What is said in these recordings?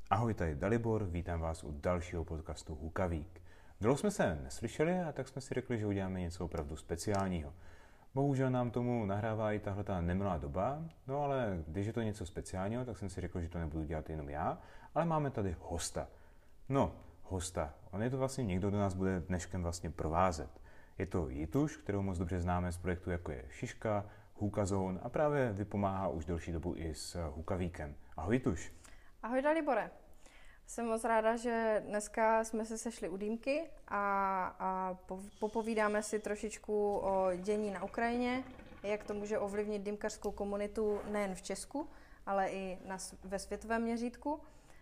Ahoj, tady Dalibor, vítám vás u dalšího podcastu Hukavík. Dlouho jsme se neslyšeli a tak jsme si řekli, že uděláme něco opravdu speciálního. Bohužel nám tomu nahrává i tahleta nemilá doba, no ale když je to něco speciálního, tak jsem si řekl, že to nebudu dělat jenom já, ale máme tady hosta. No, hosta. On je to vlastně někdo, kdo nás bude dneškem vlastně provázet. Je to Jituš, kterou moc dobře známe z projektu jako je Šiška, Hukazone a právě vypomáhá už delší dobu i s Hukavíkem. Ahoj Jituš. Ahoj Dalibore. Jsem moc ráda, že dneska jsme se sešli u Dýmky a popovídáme si trošičku o dění na Ukrajině, jak to může ovlivnit dýmkařskou komunitu nejen v Česku, ale i ve světovém měřítku.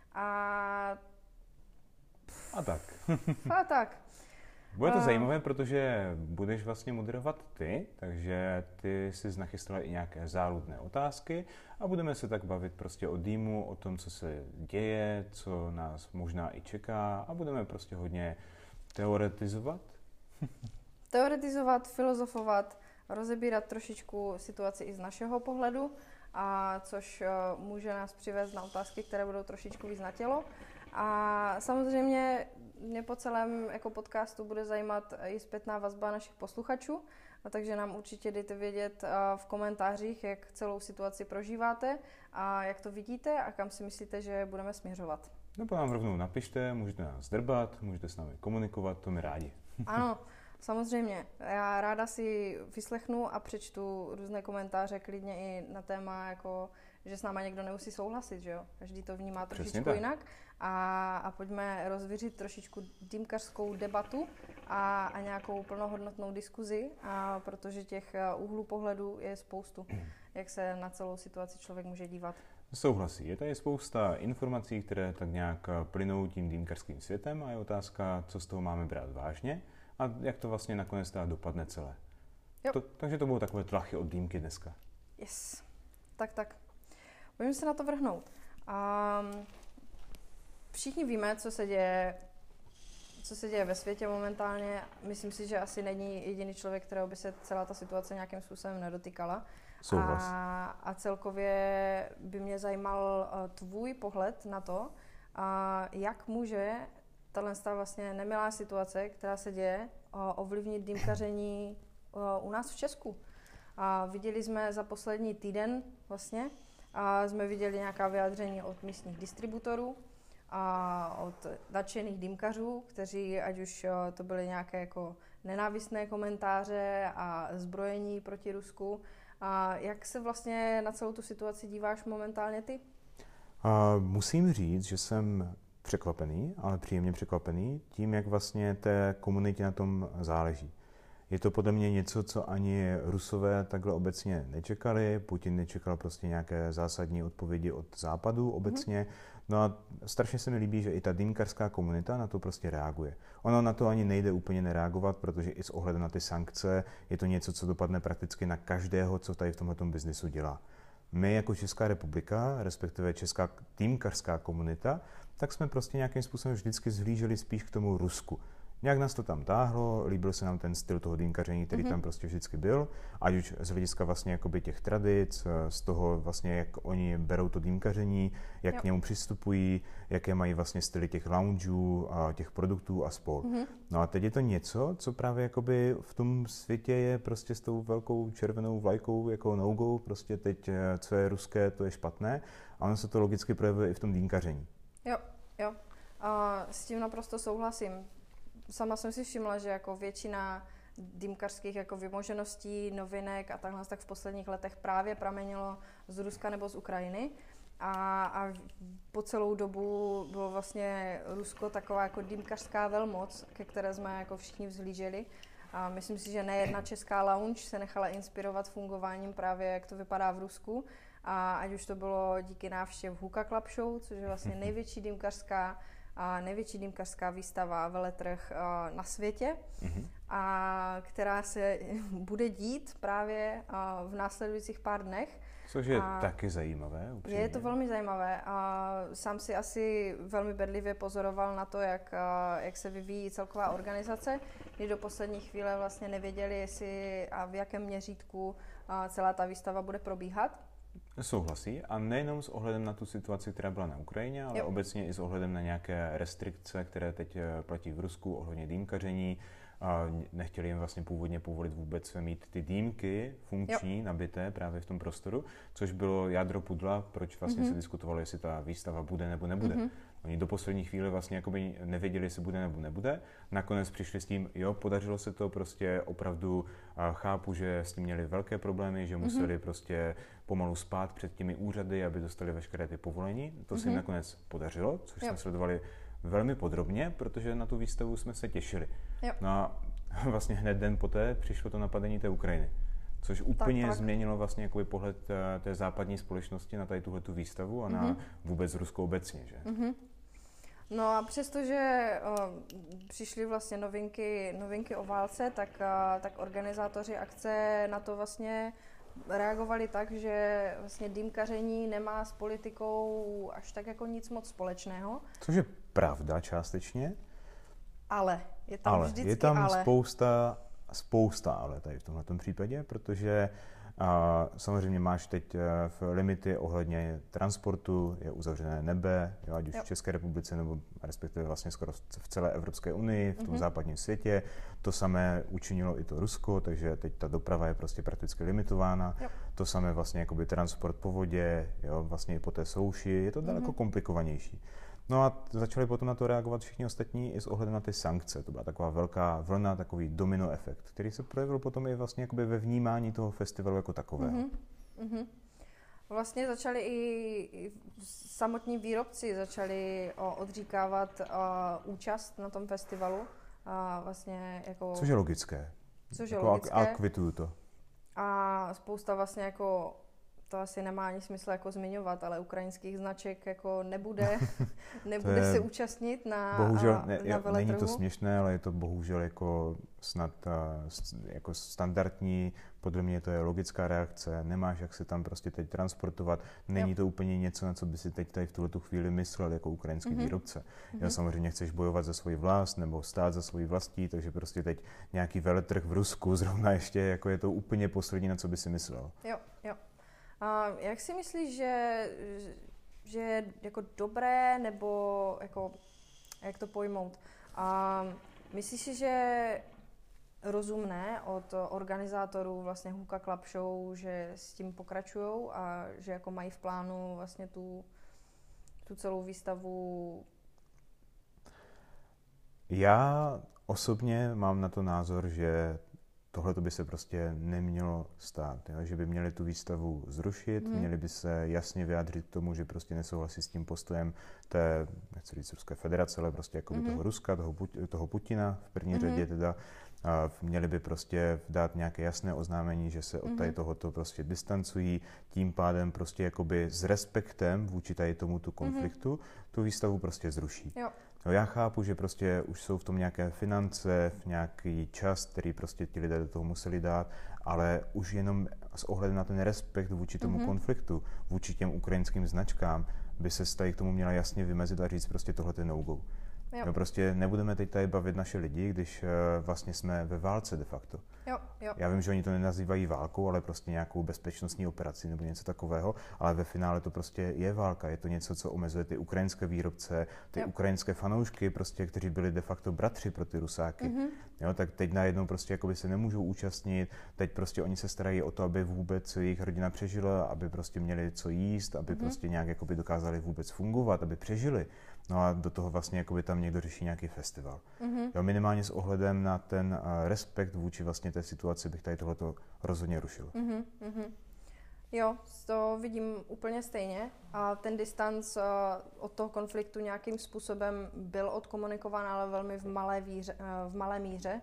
A tak. A tak. Bude to zajímavé, protože budeš vlastně moderovat ty, takže ty jsi nachystala i nějaké záludné otázky a budeme se tak bavit prostě o dýmu, o tom, co se děje, co nás možná i čeká a budeme prostě hodně teoretizovat. Teoretizovat, filozofovat, rozebírat trošičku situaci i z našeho pohledu, což může nás přivést na otázky, které budou trošičku víc na tělo. A samozřejmě mě po celém jako podcastu bude zajímat i zpětná vazba našich posluchačů, takže nám určitě dejte vědět v komentářích, jak celou situaci prožíváte a jak to vidíte a kam si myslíte, že budeme směřovat. Nebo nám rovnou napište, můžete nás drbat, můžete s námi komunikovat, to my rádi. Ano, samozřejmě. Já ráda si vyslechnu a přečtu různé komentáře, klidně i na téma, jako, že s náma někdo nemusí souhlasit, že jo? Každý to vnímá trošičku jinak. A pojďme rozvířit trošičku dýmkařskou debatu a nějakou plnohodnotnou diskuzi, protože těch úhlů pohledu je spoustu, jak se na celou situaci člověk může dívat. Souhlasí. Je tady spousta informací, které tak nějak plynou tím dýmkařským světem a je otázka, co z toho máme brát vážně a jak to vlastně nakonec teda dopadne celé. Takže to budou takové tlachy od dýmky dneska. Yes. Tak. Pojďme se na to vrhnout. Všichni víme, co se děje ve světě momentálně. Myslím si, že asi není jediný člověk, kterého by se celá ta situace nějakým způsobem nedotýkala. A celkově by mě zajímal tvůj pohled na to, jak může tato vlastně nemilá situace, která se děje, ovlivnit dýmkaření u nás v Česku. Viděli jsme za poslední týden vlastně, jsme viděli nějaká vyjádření od místních distributorů, a od nadšených dýmkařů, kteří, ať už to byly nějaké jako nenávistné komentáře a zbrojení proti Rusku. A jak se vlastně na celou tu situaci díváš momentálně ty? Musím říct, že jsem překvapený, ale příjemně překvapený tím, jak vlastně té komunitě na tom záleží. Je to podle mě něco, co ani Rusové takhle obecně nečekali. Putin nečekal prostě nějaké zásadní odpovědi od Západu obecně. No a strašně se mi líbí, že i ta dýmkařská komunita na to prostě reaguje. Ono na to ani nejde úplně nereagovat, protože i s ohledem na ty sankce je to něco, co dopadne prakticky na každého, co tady v tomhletom biznisu dělá. My jako Česká republika, respektive česká dýmkařská komunita, tak jsme prostě nějakým způsobem vždycky zhlíželi spíš k tomu Rusku. Nějak nás to tam táhlo, líbil se nám ten styl toho dýmkaření, který tam prostě vždycky byl, ať už z hlediska vlastně jakoby těch tradic, z toho vlastně, jak oni berou to dýmkaření, jak k němu přistupují, jaké mají vlastně styly těch loungeů, a těch produktů a spol. No a teď je to něco, co právě jakoby v tom světě je prostě s tou velkou červenou vlajkou jako no-go, prostě teď, co je ruské, to je špatné a ono se to logicky projevuje i v tom dýmkaření. Jo. S tím naprosto souhlasím. Sama jsem si všimla, že jako většina dýmkařských jako vymožeností, novinek a takhle tak v posledních letech právě pramenilo z Ruska nebo z Ukrajiny. A po celou dobu bylo vlastně Rusko taková jako dýmkařská velmoc, ke které jsme jako všichni vzhlíželi. A myslím si, že nejedna česká lounge se nechala inspirovat fungováním právě, jak to vypadá v Rusku. A ať už to bylo díky návštěv Huka Club Show, což je vlastně největší dýmkařská výstava, veletrh na světě, a která se bude dít právě v následujících pár dnech. Což je taky zajímavé. Upřímně. Je to velmi zajímavé. Sám si asi velmi bedlivě pozoroval na to, jak se vyvíjí celková organizace, kdy do poslední chvíle vlastně nevěděli, jestli a v jakém měřítku celá ta výstava bude probíhat. Souhlasí a nejenom s ohledem na tu situaci, která byla na Ukrajině, ale obecně i s ohledem na nějaké restrikce, které teď platí v Rusku ohledně dýmkaření. Nechtěli jim vlastně původně povolit vůbec mít ty dýmky funkční, nabité právě v tom prostoru, což bylo jádro pudla, proč vlastně se diskutovalo, jestli ta výstava bude nebo nebude. Oni do poslední chvíle vlastně jakoby nevěděli, jestli bude nebo nebude. Nakonec přišli s tím, jo, podařilo se to, prostě opravdu chápu, že s tím měli velké problémy, že museli prostě pomalu spát před těmi úřady, aby dostali veškeré ty povolení. To se jim nakonec podařilo, což jsme sledovali velmi podrobně, protože na tu výstavu jsme se těšili. No a vlastně hned den poté přišlo to napadení té Ukrajiny, což úplně změnilo vlastně jakoby pohled té západní společnosti na tady tuhletu výstavu a na vůbec Rusko obecně, že? No a přestože přišly vlastně novinky o válce, tak organizátoři akce na to vlastně reagovali tak, že vlastně dýmkaření nemá s politikou až tak jako nic moc společného. Což je pravda částečně. Ale je tam vždycky je tam spousta ale tady v tomto případě, protože samozřejmě máš teď limity ohledně transportu, je uzavřené nebe, jo, ať už v České republice, nebo respektive vlastně skoro v celé Evropské unii, v tom západním světě. To samé učinilo i to Rusko, takže teď ta doprava je prostě prakticky limitována. To samé vlastně jakoby transport po vodě, jo, vlastně i po té souši, je to daleko komplikovanější. No a začali potom na to reagovat všichni ostatní i s ohledem na ty sankce. To byla taková velká vlna, takový domino efekt, který se projevil potom i vlastně jakoby ve vnímání toho festivalu jako takového. Vlastně začali i samotní výrobci začali odříkávat účast na tom festivalu. Vlastně jako, což je logické. A kvituju to. A spousta vlastně jako to asi nemá ani smysl jako zmiňovat, ale ukrajinských značek jako nebude se účastnit na veletrhu. Není to směšné, ale je to bohužel jako snad jako standardní, podle mě to je logická reakce, nemáš jak se tam prostě teď transportovat, není to úplně něco, na co by si teď tady v tuhletu chvíli myslel jako ukrajinský výrobce. Já samozřejmě chceš bojovat za svoji vlast nebo stát za svoji vlastí, takže prostě teď nějaký veletrh v Rusku zrovna ještě jako je to úplně poslední, na co by si myslel. Jo. A jak si myslíš, že je jako dobré, nebo jako, jak to pojmout? Myslíš si, že rozumné od organizátorů vlastně Hookah Club Show, že s tím pokračujou a že jako mají v plánu vlastně tu celou výstavu? Já osobně mám na to názor, že tohle by se prostě nemělo stát, jo? Že by měli tu výstavu zrušit, měli by se jasně vyjádřit k tomu, že prostě nesouhlasí s tím postojem té, nechci říct Ruské federace, ale prostě jako toho Ruska, toho Putina v první řadě teda. Měli by prostě dát nějaké jasné oznámení, že se od tady tohoto prostě distancují, tím pádem prostě jakoby s respektem vůči tady tomuto konfliktu tu výstavu prostě zruší. No, já chápu, že prostě už jsou v tom nějaké finance, nějaký čas, který prostě ti lidé do toho museli dát, ale už jenom s ohledem na ten respekt vůči tomu konfliktu, vůči těm ukrajinským značkám, by se tady k tomu měla jasně vymezit a říct prostě tohle je no-go. No, prostě nebudeme teď tady bavit naše lidi, když vlastně jsme ve válce de facto. Já vím, že oni to nenazývají válkou, ale prostě nějakou bezpečnostní operaci nebo něco takového, ale ve finále to prostě je válka. Je to něco, co omezuje ty ukrajinské výrobce, ty ukrajinské fanoušky, prostě, kteří byli de facto bratři pro ty Rusáky. Jo, tak teď najednou prostě jakoby se nemůžou účastnit, teď prostě oni se starají o to, aby vůbec jejich rodina přežila, aby prostě měli co jíst, aby prostě nějak jakoby dokázali vůbec fungovat, aby přežili. No a do toho vlastně jakoby tam někdo řeší nějaký festival. Jo, minimálně s ohledem na ten respekt vůči vlastně té situaci bych tady tohleto rozhodně rušil. Jo, to vidím úplně stejně. A ten distanc od toho konfliktu nějakým způsobem byl odkomunikován, ale velmi v malé míře.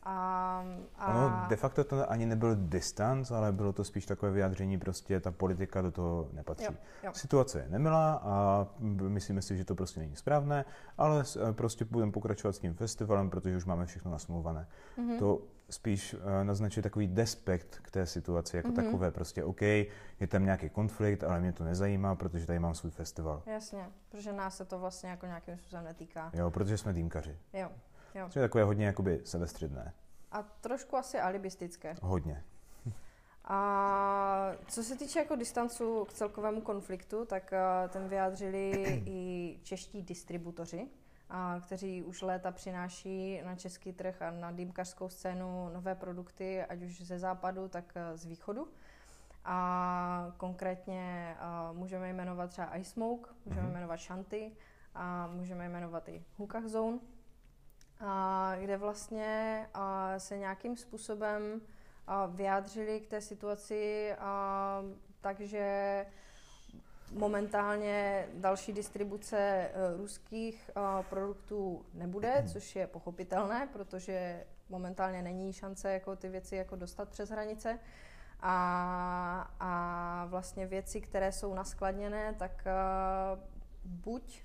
Ono de facto to ani nebyl distanc, ale bylo to spíš takové vyjádření, prostě ta politika do toho nepatří. Jo. Situace je nemilá a myslíme si, že to prostě není správné, ale prostě budeme pokračovat s tím festivalem, protože už máme všechno nasmluvané. To spíš naznačuje takový despekt k té situaci jako takové. Prostě OK, je tam nějaký konflikt, ale mě to nezajímá, protože tady mám svůj festival. Jasně, protože nás se to vlastně jako nějakým způsobem netýká. Jo, protože jsme dýmkaři. Jo. To je takové hodně jakoby sebestředné. A trošku asi alibistické. Hodně. A co se týče jako distancu k celkovému konfliktu, tak ten vyjádřili i čeští distributoři, kteří už léta přináší na český trh a na dýmkařskou scénu nové produkty, ať už ze západu, tak z východu. A konkrétně můžeme jmenovat třeba Ice Smoke, můžeme jmenovat Shanty a můžeme jmenovat i Hookah Zone, kde vlastně se nějakým způsobem vyjádřili k té situaci, takže momentálně další distribuce ruských produktů nebude, což je pochopitelné, protože momentálně není šance jako ty věci jako dostat přes hranice. A vlastně věci, které jsou naskladněné, tak buď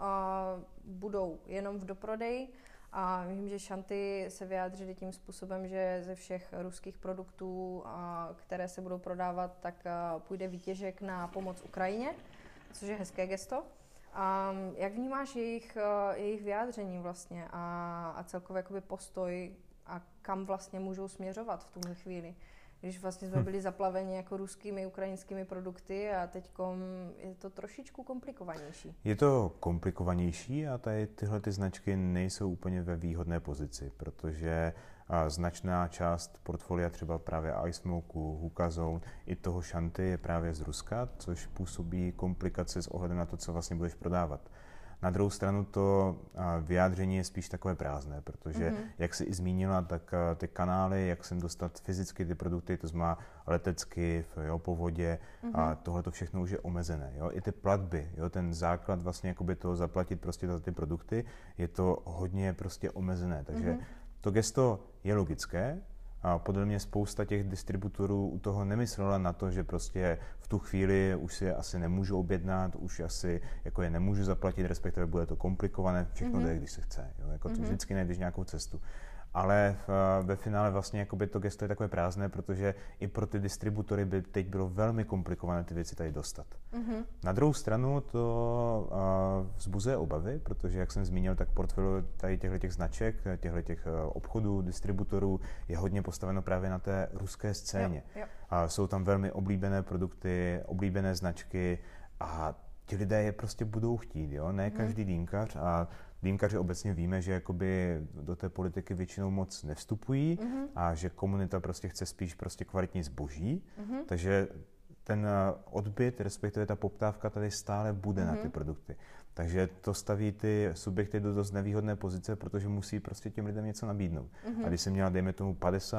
budou jenom v doprodeji, a vím, že Shanty se vyjádřili tím způsobem, že ze všech ruských produktů, které se budou prodávat, tak půjde výtěžek na pomoc Ukrajině, což je hezké gesto. Jak vnímáš jejich vyjádření vlastně a celkově jakoby postoj a kam vlastně můžou směřovat v tuhle chvíli? Když vlastně jsme byli zaplaveni jako ruskými, ukrajinskými produkty a teď je to trošičku komplikovanější. Je to komplikovanější a tyhle značky nejsou úplně ve výhodné pozici, protože značná část portfolia třeba právě Ice Smoke, Hookah Zone i toho Shanty je právě z Ruska, což působí komplikace s ohledem na to, co vlastně budeš prodávat. Na druhou stranu to vyjádření je spíš takové prázdné, protože, jak jsi i zmínila, tak ty kanály, jak sem dostat fyzicky ty produkty, to znamená letecky, po vodě, a tohle to všechno už je omezené. Jo? I ty platby, jo? Ten základ vlastně jakoby toho zaplatit prostě za ty produkty, je to hodně prostě omezené. Takže to gesto je logické, a podle mě spousta těch distributorů u toho nemyslela na to, že prostě v tu chvíli už si je asi nemůžu objednat, už asi jako je nemůžu zaplatit, respektive bude to komplikované, všechno jde, když se chce. Jo? Jako to vždycky najdeš nějakou cestu. Ale ve finále vlastně jakoby to gesto je takové prázdné, protože i pro ty distributory by teď bylo velmi komplikované ty věci tady dostat. Na druhou stranu to vzbuzuje obavy, protože jak jsem zmínil, tak portfolio tady těchto značek, těchto obchodů, distributorů je hodně postaveno právě na té ruské scéně. Jo. Jsou tam velmi oblíbené produkty, oblíbené značky a ti lidé je prostě budou chtít, jo? Ne každý dýmkař a dýmkaři obecně víme, že jakoby do té politiky většinou moc nevstupují a že komunita prostě chce spíš prostě kvalitní zboží, takže ten odbyt, respektive ta poptávka tady stále bude na ty produkty. Takže to staví ty subjekty do dost nevýhodné pozice, protože musí prostě těm lidem něco nabídnout. A když jsem měla, dejme tomu,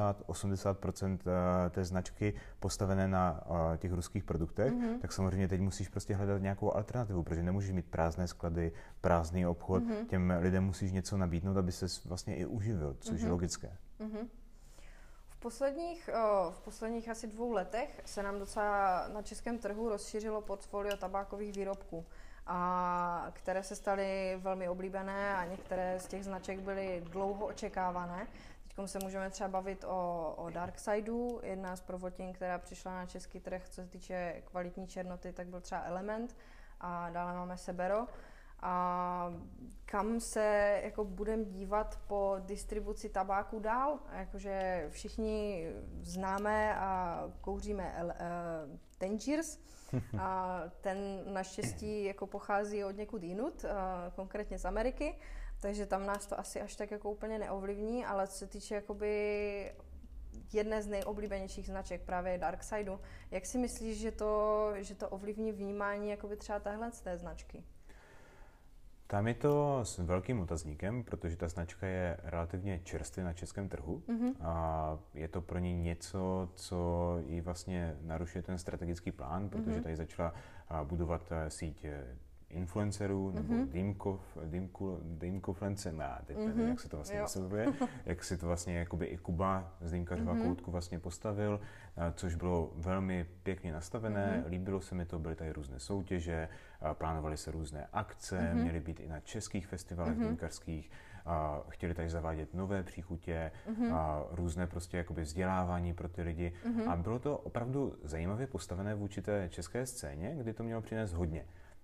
50-80% té značky postavené na těch ruských produktech, tak samozřejmě teď musíš prostě hledat nějakou alternativu, protože nemůžeš mít prázdné sklady, prázdný obchod, těm lidem musíš něco nabídnout, aby ses vlastně i uživil, což je logické. V posledních asi 2 letech se nám docela na českém trhu rozšířilo portfolio tabákových výrobků, které se staly velmi oblíbené a některé z těch značek byly dlouho očekávané. Teď se můžeme třeba bavit o Darksideu, jedna z prvotin, která přišla na český trh, co se týče kvalitní černoty, tak byl třeba Element a dále máme Sebero. A kam se jako budeme dívat po distribuci tabáku dál? Jakože všichni známe a kouříme Tangiers. A ten naštěstí jako pochází od někud jinut, konkrétně z Ameriky, takže tam nás to asi až tak jako úplně neovlivní, ale co se týče jakoby jedné z nejoblíbenějších značek, právě Darksideu, jak si myslíš, že to ovlivní vnímání jakoby třeba téhle z té značky? Tam je to s velkým otazníkem, protože ta značka je relativně čerstvě na českém trhu a je to pro ní něco, co jí vlastně narušuje ten strategický plán, protože tady začala budovat síť influencerů nebo dýmkoflence, teď nevím, jak se to vlastně vysvětluje, jak si to vlastně jakoby i Kuba z Dýmkařova koutku vlastně postavil, což bylo velmi pěkně nastavené, líbilo se mi to, byly tady různé soutěže, plánovaly se různé akce, měly být i na českých festivalech dýmkařských, chtěli tady zavádět nové příchutě, různé prostě jakoby vzdělávání pro ty lidi a bylo to opravdu zajímavě postavené vůči té české scéně, kdy to mělo přinést hodně.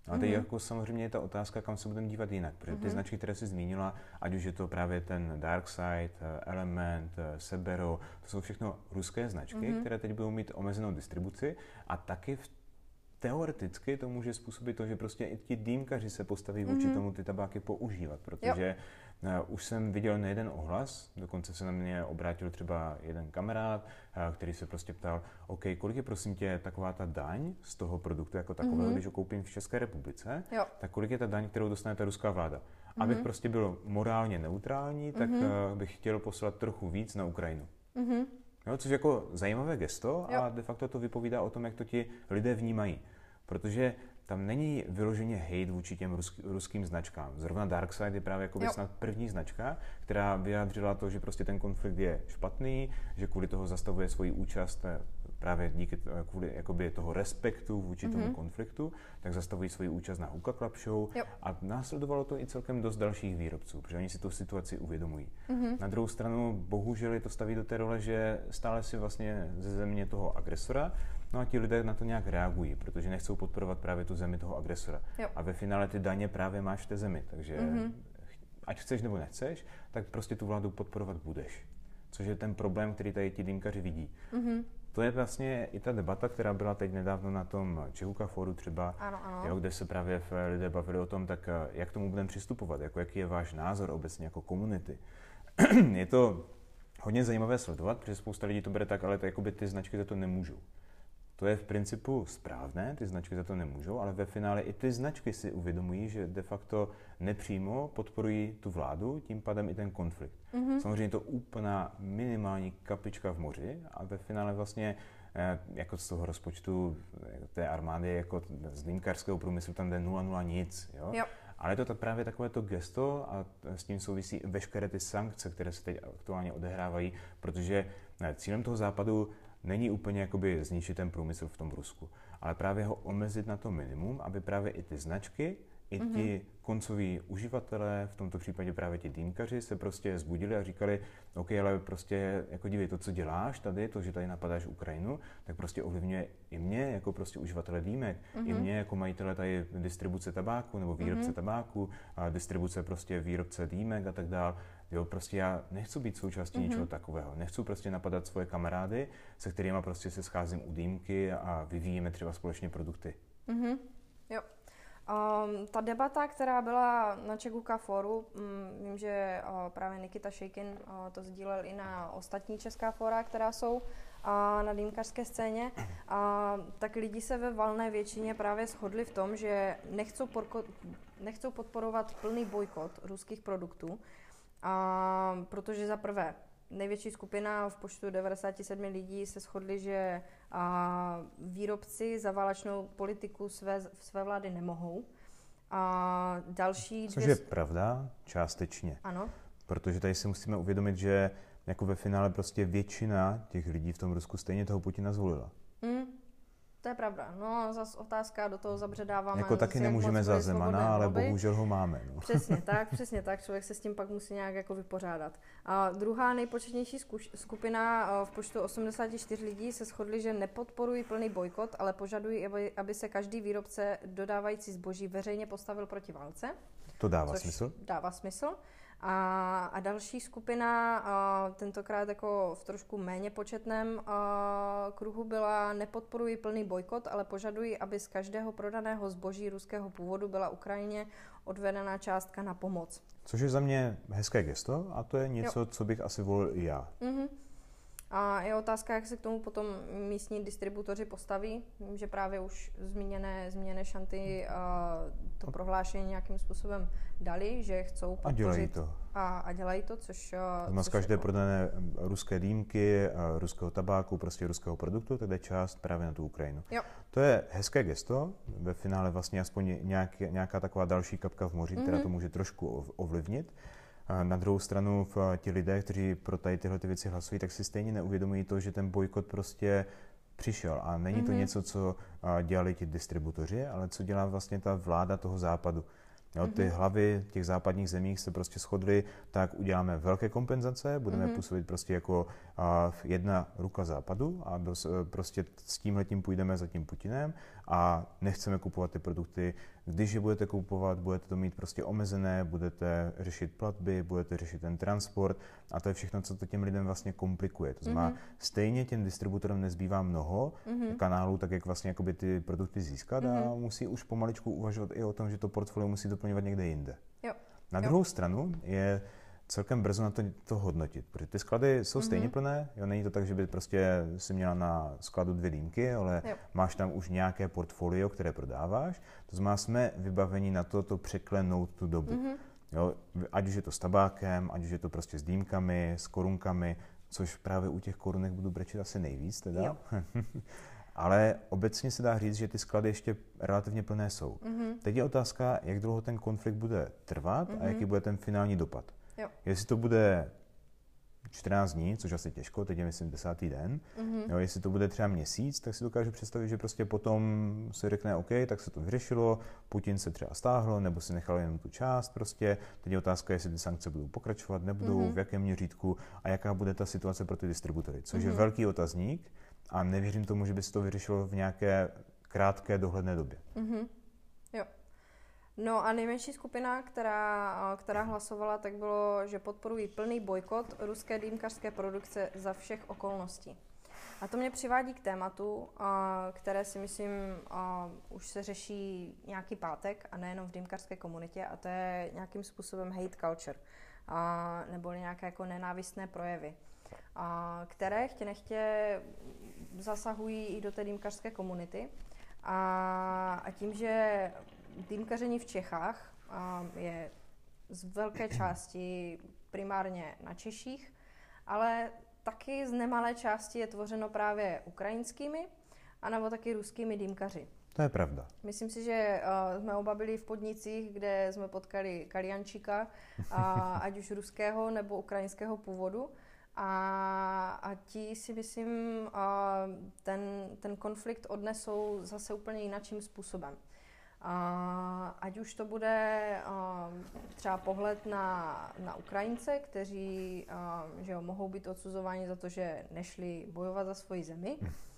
A teď jako samozřejmě je ta otázka, kam se budeme dívat jinak, protože ty značky, které jsi zmínila, ať už je to právě ten Darkside, Element, Sebero, to jsou všechno ruské značky, které teď budou mít omezenou distribuci a taky teoreticky to může způsobit to, že prostě i ti dýmkaři se postaví vůči tomu ty tabáky používat, protože už jsem viděl nejeden ohlas, dokonce se na mě obrátil třeba jeden kamarád, který se prostě ptal, OK, kolik je prosím tě taková ta daň z toho produktu jako takového, když ho koupím v České republice, tak kolik je ta daň, kterou dostane ta ruská vláda. Abych prostě byl morálně neutrální, tak bych chtěl poslat trochu víc na Ukrajinu. Jo, což je jako zajímavé gesto a de facto to vypovídá o tom, jak to ti lidé vnímají. Protože tam není vyloženě hate vůči těm ruským značkám. Zrovna Darkside je právě jako snad první značka, která vyjádřila to, že prostě ten konflikt je špatný, že kvůli toho zastavuje svoji účast právě kvůli jakoby toho respektu vůči tomu konfliktu, tak zastavují svoji účast na Hookah Club Show a následovalo to i celkem dost dalších výrobců, protože oni si tu situaci uvědomují. Na druhou stranu, bohužel je to staví do té role, že stále si vlastně ze země toho agresora, no a ti lidé na to nějak reagují, protože nechcou podporovat právě tu zemi toho agresora. A ve finále ty daně právě máš v té zemi, takže ať chceš nebo nechceš, tak prostě tu vládu podporovat budeš. Což je ten problém, který tady ti dýmkaři vidí. To je vlastně i ta debata, která byla teď nedávno na tom Čehuka fóru třeba, jo, kde se právě lidé bavili o tom, tak jak tomu budeme přistupovat, jako jaký je váš názor obecně jako komunity. Je to hodně zajímavé sledovat, protože spousta lidí to bere tak, ale to, jakoby ty značky za to nemůžou. To je v principu správné, ty značky za to nemůžou, ale ve finále i ty značky si uvědomují, že de facto nepřímo podporují tu vládu, tím pádem i ten konflikt. Samozřejmě je to úplná minimální kapička v moři a ve finále vlastně jako z toho rozpočtu té armády, jako z dýmkařského průmyslu tam jde 0,0 nic. Jo? Ale je to právě takové to gesto a s tím souvisí veškeré ty sankce, které se teď aktuálně odehrávají, protože cílem toho západu není úplně jakoby zničit ten průmysl v tom Rusku, ale právě ho omezit na to minimum, aby právě i ty značky, i ti koncoví uživatelé, v tomto případě právě ti dýmkaři, se prostě zbudili a říkali, OK, ale prostě jako dívej, to, co děláš tady, to, že tady napadáš Ukrajinu, tak prostě ovlivňuje i mě jako prostě uživatele dýmek, i mě jako majitele tady distribuce tabáku nebo výrobce tabáku, a distribuce prostě výrobce dýmek a tak dál. Jo, prostě já nechci být součástí něčeho takového. Nechci prostě napadat svoje kamarády, se kterými prostě se scházím u dýmky a vyvíjíme třeba společně produkty. Jo. Ta debata, která byla na Čehuka fóru, vím, že právě Nikita Šejkin to sdílel i na ostatní česká fóra, která jsou na dýmkařské scéně, tak lidi se ve valné většině právě shodli v tom, že nechcou podporovat plný bojkot ruských produktů, protože za prvé největší skupina v počtu 97 lidí se shodli, že výrobci za válečnou politiku své vlády nemohou. Což je pravda, částečně. Ano. Protože tady si musíme uvědomit, že jako ve finále prostě většina těch lidí v tom Rusku stejně toho Putina zvolila. To je pravda. No, zase otázka, do toho zabředáváme. Jako taky nemůžeme za Zemana, ale bohužel ho máme. No. Přesně tak. Člověk se s tím pak musí nějak jako vypořádat. A druhá nejpočetnější skupina v počtu 84 lidí se shodli, že nepodporují plný bojkot, ale požadují, aby se každý výrobce dodávající zboží veřejně postavil proti válce. To dává smysl. Dává smysl. A další skupina, tentokrát jako v trošku méně početném kruhu, byla nepodporují plný bojkot, ale požadují, aby z každého prodaného zboží ruského původu byla Ukrajině odvedená částka na pomoc. Což je za mě hezké gesto a to je něco, co bych asi volil i já. A je otázka, jak se k tomu potom místní distributoři postaví. Vím, že právě už zmíněné šanty to prohlášení nějakým způsobem dali, že chcou podpořit. A dělají to, což... Z každé prodané ruské dýmky, ruského tabáku, prostě ruského produktu, tak jde část právě na tu Ukrajinu. Jo. To je hezké gesto, ve finále vlastně aspoň nějaká taková další kapka v moři, která to může trošku ovlivnit. Na druhou stranu ti lidé, kteří pro tady tyhle ty věci hlasují, tak si stejně neuvědomují to, že ten bojkot prostě přišel. A není to něco, co dělali ti distributoři, ale co dělá vlastně ta vláda toho západu. Jo, ty hlavy těch západních zemích se prostě shodly, tak uděláme velké kompenzace, budeme působit prostě jako jedna ruka západu a prostě s tímhletím půjdeme za tím Putinem a nechceme kupovat ty produkty. Když je budete kupovat, budete to mít prostě omezené, budete řešit platby, budete řešit ten transport a to je všechno, co to těm lidem vlastně komplikuje. To znamená, stejně těm distributorům nezbývá mnoho kanálů, tak jak vlastně jakoby ty produkty získat a musí už pomaličku uvažovat i o tom, že to portfolio musí doplňovat někde jinde. Na druhou stranu je celkem brzo na to hodnotit, protože ty sklady jsou stejně plné, jo, není to tak, že by prostě si měla na skladu 2 dýmky, ale máš tam už nějaké portfolio, které prodáváš, to znamená, jsme vybaveni na to překlenout tu dobu. Jo, ať už je to s tabákem, ať už je to prostě s dýmkami, s korunkami, což právě u těch korunek budu brečet asi nejvíc teda. Ale obecně se dá říct, že ty sklady ještě relativně plné jsou. Teď je otázka, jak dlouho ten konflikt bude trvat a jaký bude ten finální dopad. Jestli to bude 14 dní, což asi těžko, teď je myslím 10. den, jo, jestli to bude třeba měsíc, tak si dokážu představit, že prostě potom se řekne OK, tak se to vyřešilo, Putin se třeba stáhl, nebo si nechal jenom tu část prostě. Teď je otázka, jestli ty sankce budou pokračovat, nebudou, v jakém měřítku a jaká bude ta situace pro ty distributory, což je velký otazník a nevěřím tomu, že by se to vyřešilo v nějaké krátké dohledné době. Jo. No a nejmenší skupina, která hlasovala, tak bylo, že podporují plný bojkot ruské dýmkařské produkce za všech okolností. A to mě přivádí k tématu, které si myslím už se řeší nějaký pátek a nejenom v dýmkařské komunitě, a to je nějakým způsobem hate culture, nebo nějaké jako nenávistné projevy, které chtě nechtě zasahují i do té dýmkařské komunity. A tím, že dýmkaření v Čechách je z velké části primárně na Češích, ale taky z nemalé části je tvořeno právě ukrajinskými anebo taky ruskými dýmkaři. To je pravda. Myslím si, že jsme oba byli v podnicích, kde jsme potkali kaliančíka, ať už ruského nebo ukrajinského původu. A ti si myslím, ten konflikt odnesou zase úplně jinakým způsobem. Ať už to bude třeba pohled na Ukrajince, kteří že jo, mohou být odsuzováni za to, že nešli bojovat za svoji zemi,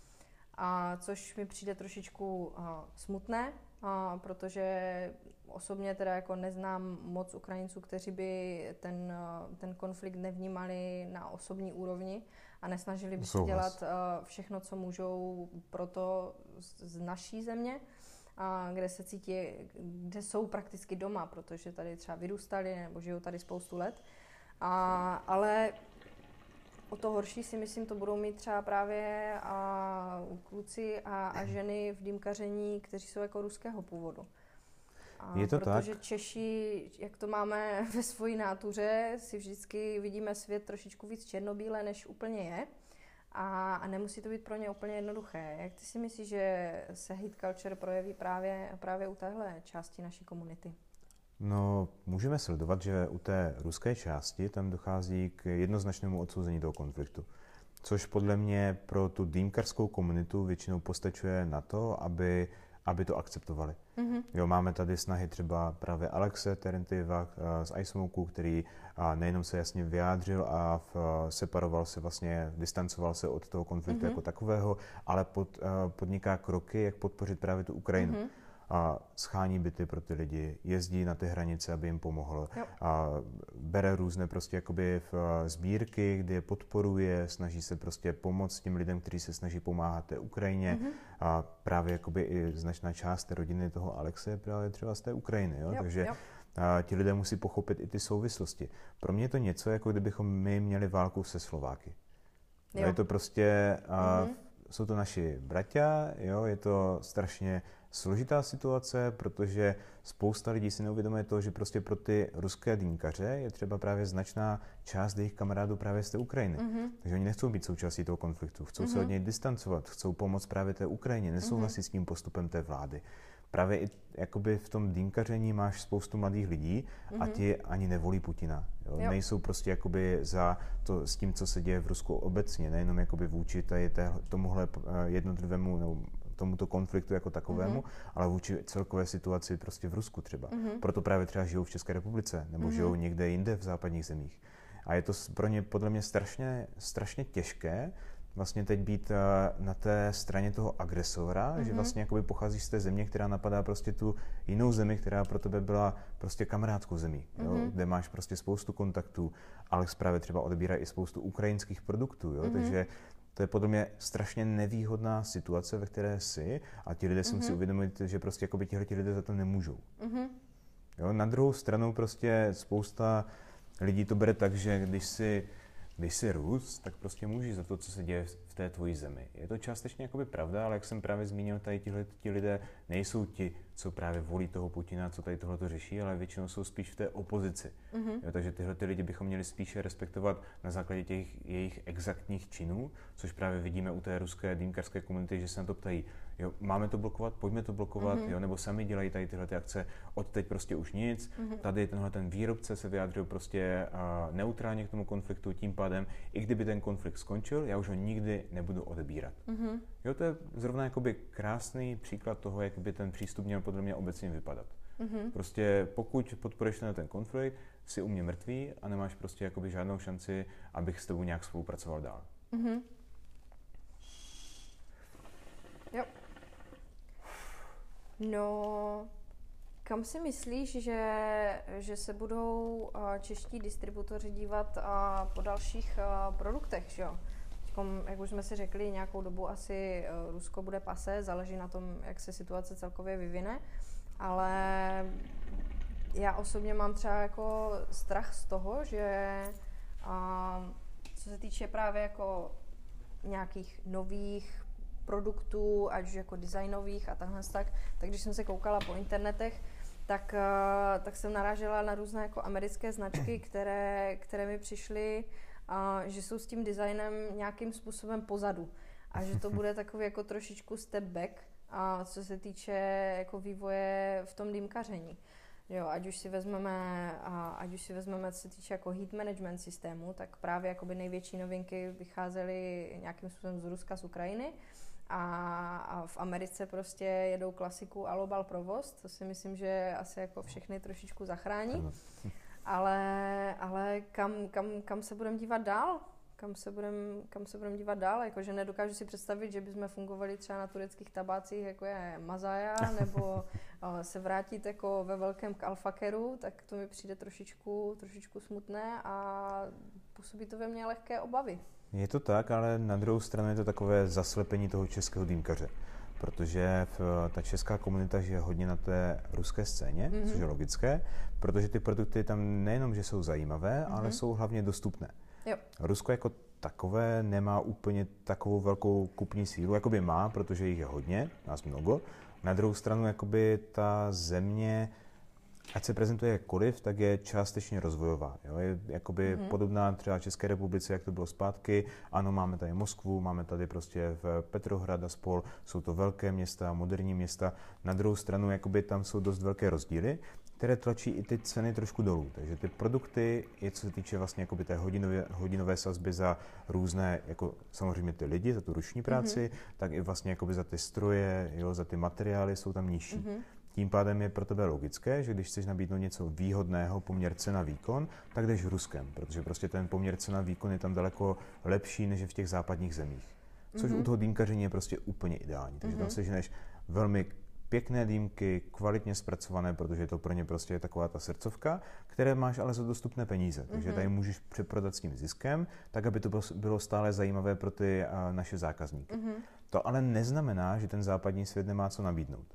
což mi přijde trošičku smutné, protože osobně teda jako neznám moc Ukrajinců, kteří by ten konflikt nevnímali na osobní úrovni a nesnažili by se dělat všechno, co můžou pro to z naší země, kde se cítí, kde jsou prakticky doma, protože tady třeba vyrůstali nebo žijou tady spoustu let. Ale o to horší si myslím, to budou mít třeba právě kluci a ženy v dýmkaření, kteří jsou jako ruského původu. Je to protože tak? Češi, jak to máme ve svojí nátuře, si vždycky vidíme svět trošičku víc černobíle, než úplně je. A nemusí to být pro ně úplně jednoduché. Jak ty si myslíš, že se hate culture projeví právě u téhle části naší komunity? No, můžeme sledovat, že u té ruské části tam dochází k jednoznačnému odsouzení toho konfliktu. Což podle mě pro tu dýmkařskou komunitu většinou postačuje na to, aby to akceptovali. Jo, máme tady snahy třeba právě Alexe Terentjeva z iSmoku, který nejenom se jasně vyjádřil a separoval se vlastně, distancoval se od toho konfliktu jako takového, ale podniká kroky, jak podpořit právě tu Ukrajinu. Schání byty pro ty lidi, jezdí na ty hranice, aby jim pomohlo. Bere různé prostě jakoby sbírky, kde je podporuje, snaží se prostě pomoct těm lidem, kteří se snaží pomáhat té Ukrajině. A právě jakoby i značná část té rodiny toho Alexe je právě třeba z té Ukrajiny. Jo? Takže ti lidé musí pochopit i ty souvislosti. Pro mě je to něco, jako kdybychom my měli válku se Slováky. Je to prostě, jsou to naši bratia, jo? Je to strašně složitá situace, protože spousta lidí si neuvědomuje to, že prostě pro ty ruské dýmkaře je třeba právě značná část jejich kamarádů právě z té Ukrajiny. Takže oni nechcou být součástí toho konfliktu, chcou se od něj distancovat, chcou pomoct právě té Ukrajině, nesouhlasí s tím postupem té vlády. Právě i jakoby v tom dýmkaření máš spoustu mladých lidí a ti ani nevolí Putina. Jo? Nejsou prostě jakoby za to s tím, co se děje v Rusku obecně, nejenom jakoby vůči tomuhle jednotlivému nebo tomuto konfliktu jako takovému, ale vůči celkové situaci prostě v Rusku třeba. Proto právě třeba žijou v České republice nebo žijou někde jinde v západních zemích. A je to pro ně podle mě strašně těžké vlastně teď být na té straně toho agresora, že vlastně jakoby pocházíš z té země, která napadá prostě tu jinou zemi, která pro tebe byla prostě kamarádskou zemí, jo, kde máš prostě spoustu kontaktů. Alex právě třeba odebírá i spoustu ukrajinských produktů, jo, takže to je podle mě strašně nevýhodná situace, ve které jsi, a ti lidé si musí uvědomit, že prostě jakoby tihleti lidé za to nemůžou. Jo, na druhou stranu prostě spousta lidí to bere tak, že když jsi Rus, tak prostě můžeš za to, co se děje v té tvojí zemi. Je to částečně jakoby pravda, ale jak jsem právě zmínil, tady ti lidé nejsou ti, co právě volí toho Putina, co tady tohleto řeší, ale většinou jsou spíš v té opozici. Jo, takže tyhle lidi bychom měli spíše respektovat na základě těch jejich exaktních činů, což právě vidíme u té ruské dýmkarské komunity, že se na to ptají, jo, máme to blokovat, pojďme to blokovat, jo, nebo sami dělají tady tyhle akce, odteď prostě už nic, tady ten výrobce se vyjádřil prostě neutrálně k tomu konfliktu, tím pádem, i kdyby ten konflikt skončil, já už ho nikdy nebudu odebírat. Jo, to je zrovna jakoby krásný příklad toho, jak by ten přístup měl podle mě obecně vypadat. Prostě pokud podporuješ ten konflikt, jsi u mě mrtvý a nemáš prostě jakoby žádnou šanci, abych s tebou nějak spolupracoval dál. Jo. No, kam si myslíš, že se budou čeští distributoři dívat po dalších produktech, že jo? Jak už jsme si řekli, nějakou dobu asi Rusko bude pase, záleží na tom, jak se situace celkově vyvine, ale já osobně mám třeba jako strach z toho, že co se týče právě jako nějakých nových produktů, ať už jako designových a takhle tak když jsem se koukala po internetech, tak jsem narážela na různé jako americké značky, které mi přišly, že jsou s tím designem nějakým způsobem pozadu a že to bude takový jako trošičku step back, co se týče jako vývoje v tom dýmkaření. Jo, ať už si vezmeme, co se týče jako heat management systému, tak právě jakoby největší novinky vycházely nějakým způsobem z Ruska, z Ukrajiny. A v Americe prostě jedou klasiku Alobal Provoz, to si myslím, že asi jako všechny trošičku zachrání. Ale kam se budeme dívat dál? Kam se budeme dívat dál? Jakože nedokážu si představit, že bychom fungovali třeba na tureckých tabácích, jako je Mazaja, nebo se vrátit jako ve velkém k Alfakeru, tak to mi přijde trošičku smutné a působí to ve mně lehké obavy. Je to tak, ale na druhou stranu je to takové zaslepení toho českého dýmkaře, protože ta česká komunita žije hodně na té ruské scéně, což je logické, protože ty produkty tam nejenom, že jsou zajímavé, ale jsou hlavně dostupné. Jo. Rusko jako takové nemá úplně takovou velkou kupní sílu, jakoby má, protože jich je hodně, nás mnoho. Na druhou stranu jakoby ta země, ať se prezentuje jakkoliv, tak je částečně rozvojová. Jo? Je jakoby podobná třeba České republice, jak to bylo zpátky. Ano, máme tady Moskvu, máme tady prostě v Petrohrad a spol. Jsou to velké města, moderní města. Na druhou stranu jakoby tam jsou dost velké rozdíly, které tlačí i ty ceny trošku dolů. Takže ty produkty, co se týče vlastně jakoby té hodinové sazby za různé, jako samozřejmě ty lidi, za tu ruční práci, tak i vlastně jakoby za ty stroje, jo, za ty materiály jsou tam nižší. Tím pádem je pro tebe logické, že když chceš nabídnout něco výhodného, poměr cena-výkon, tak jdeš Ruskem, protože prostě ten poměr cena-výkon je tam daleko lepší než v těch západních zemích. Což u toho dýmkaření je prostě úplně ideální. Takže tam seženeš velmi pěkné dýmky, kvalitně zpracované, protože je to pro ně prostě taková ta srdcovka, které máš ale za dostupné peníze. Takže tady můžeš přeprodat s tím ziskem, tak aby to bylo stále zajímavé pro ty naše zákazníky. To ale neznamená, že ten západní svět nemá co nabídnout.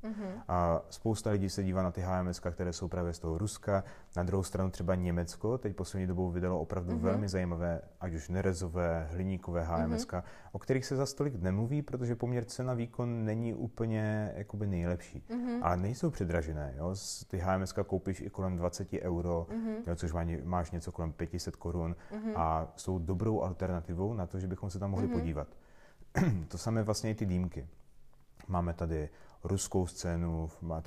A spousta lidí se dívá na ty HMS, které jsou právě z toho Ruska. Na druhou stranu třeba Německo teď poslední dobou vydalo opravdu velmi zajímavé, ať už nerezové, hliníkové HMS, o kterých se za stolik nemluví, protože poměr cena výkon není úplně jakoby nejlepší. Ale nejsou předražené. Jo? Ty HMS koupíš i kolem 20 euro, jo, což máš něco kolem 500 korun a jsou dobrou alternativou na to, že bychom se tam mohli podívat. To samé vlastně i ty dýmky. Máme tady ruskou scénu,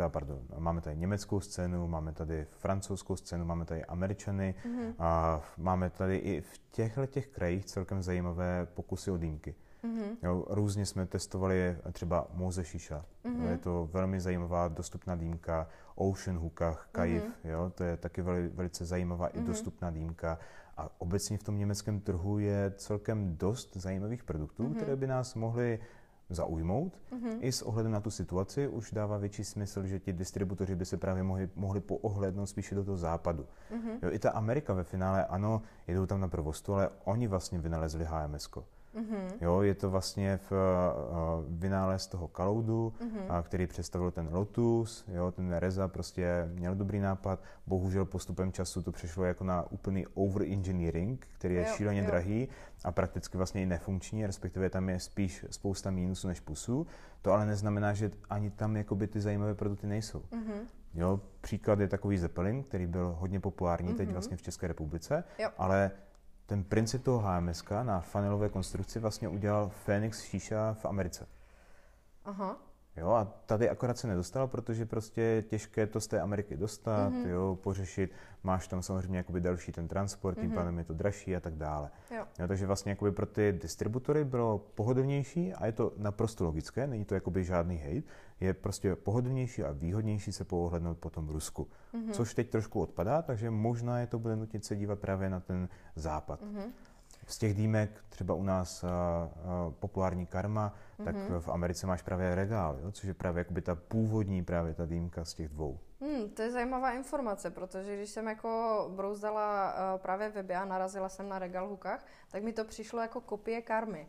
máme tady německou scénu, máme tady francouzskou scénu, máme tady Američany a máme tady i v těchto krajích celkem zajímavé pokusy o dýmky. Jo, různě jsme testovali třeba Mose Shisha. Je to velmi zajímavá, dostupná dýmka, Ocean Hookah, Kayif, jo, to je taky velice zajímavá i dostupná dýmka. A obecně v tom německém trhu je celkem dost zajímavých produktů, které by nás mohly zaujmout. I s ohledem na tu situaci už dává větší smysl, že ti distributoři by se právě mohli poohlédnout spíše do toho západu. Jo, i ta Amerika ve finále, ano, jedou tam na provostu, ale oni vlastně vynalezli HMS-ko. Jo, je to vlastně vynález toho Kaloudu, který představil ten Lotus, jo, ten Reza prostě měl dobrý nápad, bohužel postupem času to přešlo jako na úplný over-engineering, který je šíleně drahý a prakticky vlastně i nefunkční, respektive tam je spíš spousta mínusů než plusů. To ale neznamená, že ani tam jakoby ty zajímavé produkty nejsou. Jo, příklad je takový Zeppelin, který byl hodně populární teď vlastně v České republice, ale ten princip toho HMSka na fanelové konstrukci vlastně udělal Phoenix Shisha v Americe. Aha. Jo, a tady akorát se nedostal, protože prostě je těžké to z té Ameriky dostat, jo, pořešit. Máš tam samozřejmě jakoby další ten transport, tím pádem je to dražší a tak dále. Jo, takže vlastně jakoby pro ty distributory bylo pohodlnější a je to naprosto logické, není to jakoby žádný hejt, je prostě pohodlnější a výhodnější se poohlednout po tom Rusku. Což teď trošku odpadá, takže možná je to bude nutit se dívat právě na ten západ. Z těch dýmek, třeba u nás populární Karma, tak v Americe máš právě Regál, jo? Což je právě jakoby ta původní právě ta dýmka z těch dvou. To je zajímavá informace, protože když jsem jako brouzdala právě weby a narazila jsem na Regal Hookah, tak mi to přišlo jako kopie Karmy.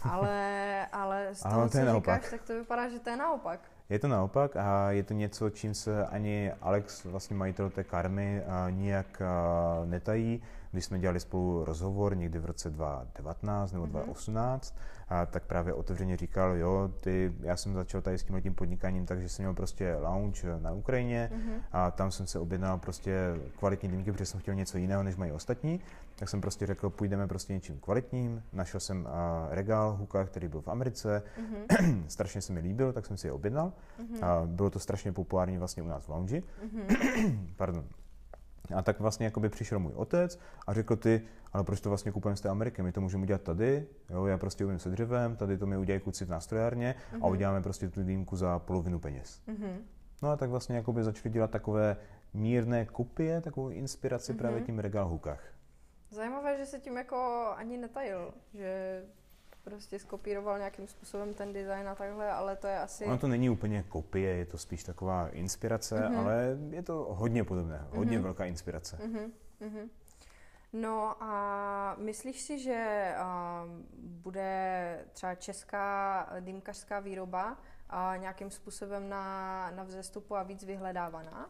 Ale z toho, co říkáš, tak to vypadá, že to je naopak. Je to naopak a je to něco, čím se ani Alex, vlastně majitel té Karmy, nijak netají. Když jsme dělali spolu rozhovor někdy v roce 2019 nebo 2018, tak právě otevřeně říkal, jo, já jsem začal tady s tímhletím podnikáním, takže jsem měl prostě lounge na Ukrajině a tam jsem se objednal prostě kvalitní dýmky, protože jsem chtěl něco jiného, než mají ostatní. Tak jsem prostě řekl, půjdeme prostě něčím kvalitním. Našel jsem Regal Hookah, který byl v Americe. Strašně se mi líbil, tak jsem si je objednal. Bylo to strašně populární vlastně u nás v lounge. Pardon. A tak vlastně jakoby přišel můj otec a řekl ale proč to vlastně kupujeme z té Ameriky, my to můžeme udělat tady, jo, já prostě umím se dřevem, tady to mi udělají kluci v nástrojárně a uděláme prostě tu dýmku za polovinu peněz. No a tak vlastně jakoby začali dělat takové mírné kopie, takovou inspiraci právě tím Regal Hookah. Zajímavé, že se tím jako ani netajil, že prostě skopíroval nějakým způsobem ten design a takhle, ale to je asi... Ono to není úplně kopie, je to spíš taková inspirace, ale je to hodně podobné, hodně velká inspirace. No a myslíš si, že bude třeba česká dýmkařská výroba nějakým způsobem na vzestupu a víc vyhledávaná?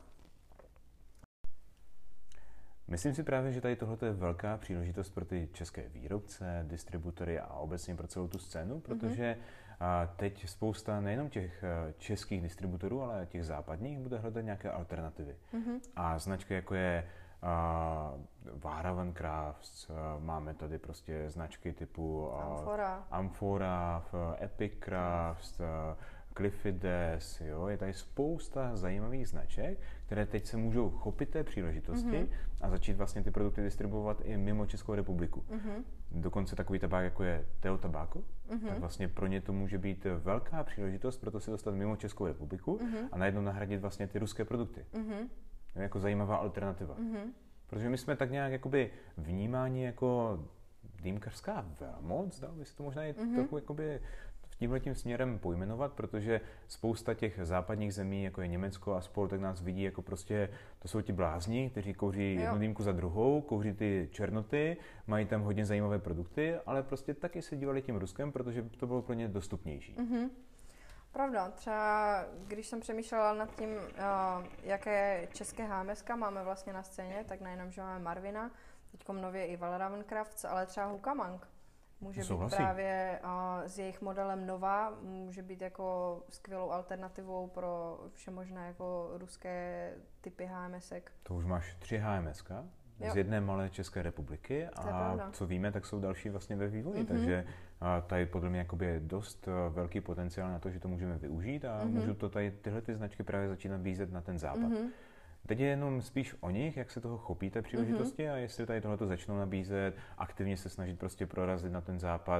Myslím si právě, že tady tohle je velká příležitost pro ty české výrobce, distributory a obecně pro celou tu scénu, protože teď spousta nejenom těch českých distributorů, ale těch západních bude hledat nějaké alternativy. A značky jako je Vahravan Crafts, máme tady prostě značky typu Amphora, Epic Crafts, Cliffides, jo, je tady spousta zajímavých značek, které teď se můžou chopit té příležitosti a začít vlastně ty produkty distribuovat i mimo Českou republiku. Dokonce takový tabák, jako je Teo Tobacco, tak vlastně pro ně to může být velká příležitost, proto se dostat mimo Českou republiku a najednou nahradit vlastně ty ruské produkty. Jo, jako zajímavá alternativa. Protože my jsme tak nějak jakoby vnímáni jako dýmkařská velmoc, dalo by se to možná i trochu jakoby tímhletím směrem pojmenovat, protože spousta těch západních zemí, jako je Německo a spol, tak nás vidí jako prostě, to jsou ti blázni, kteří kouří jednu dýmku za druhou, kouří ty černoty, mají tam hodně zajímavé produkty, ale prostě taky se dívali tím Ruskem, protože to bylo pro ně dostupnější. Pravda, třeba když jsem přemýšlela nad tím, jaké české HMSka máme vlastně na scéně, tak nejenom, že máme Marvina, teďkom nově i Vahravan Crafts, ale třeba Hukamang. Může být právě s jejich modelem Nova, může být jako skvělou alternativou pro všemožné jako ruské typy HMSek. To už máš 3 HMSka z jedné malé České republiky a co víme, tak jsou další vlastně ve vývoji, takže tady podle mě je dost velký potenciál na to, že to můžeme využít a můžou to tady tyhle ty značky právě začít nabízet na ten západ. Teď je jenom spíš o nich, jak se toho chopí té příležitosti a jestli tady tohleto začnou nabízet, aktivně se snažit prostě prorazit na ten západ.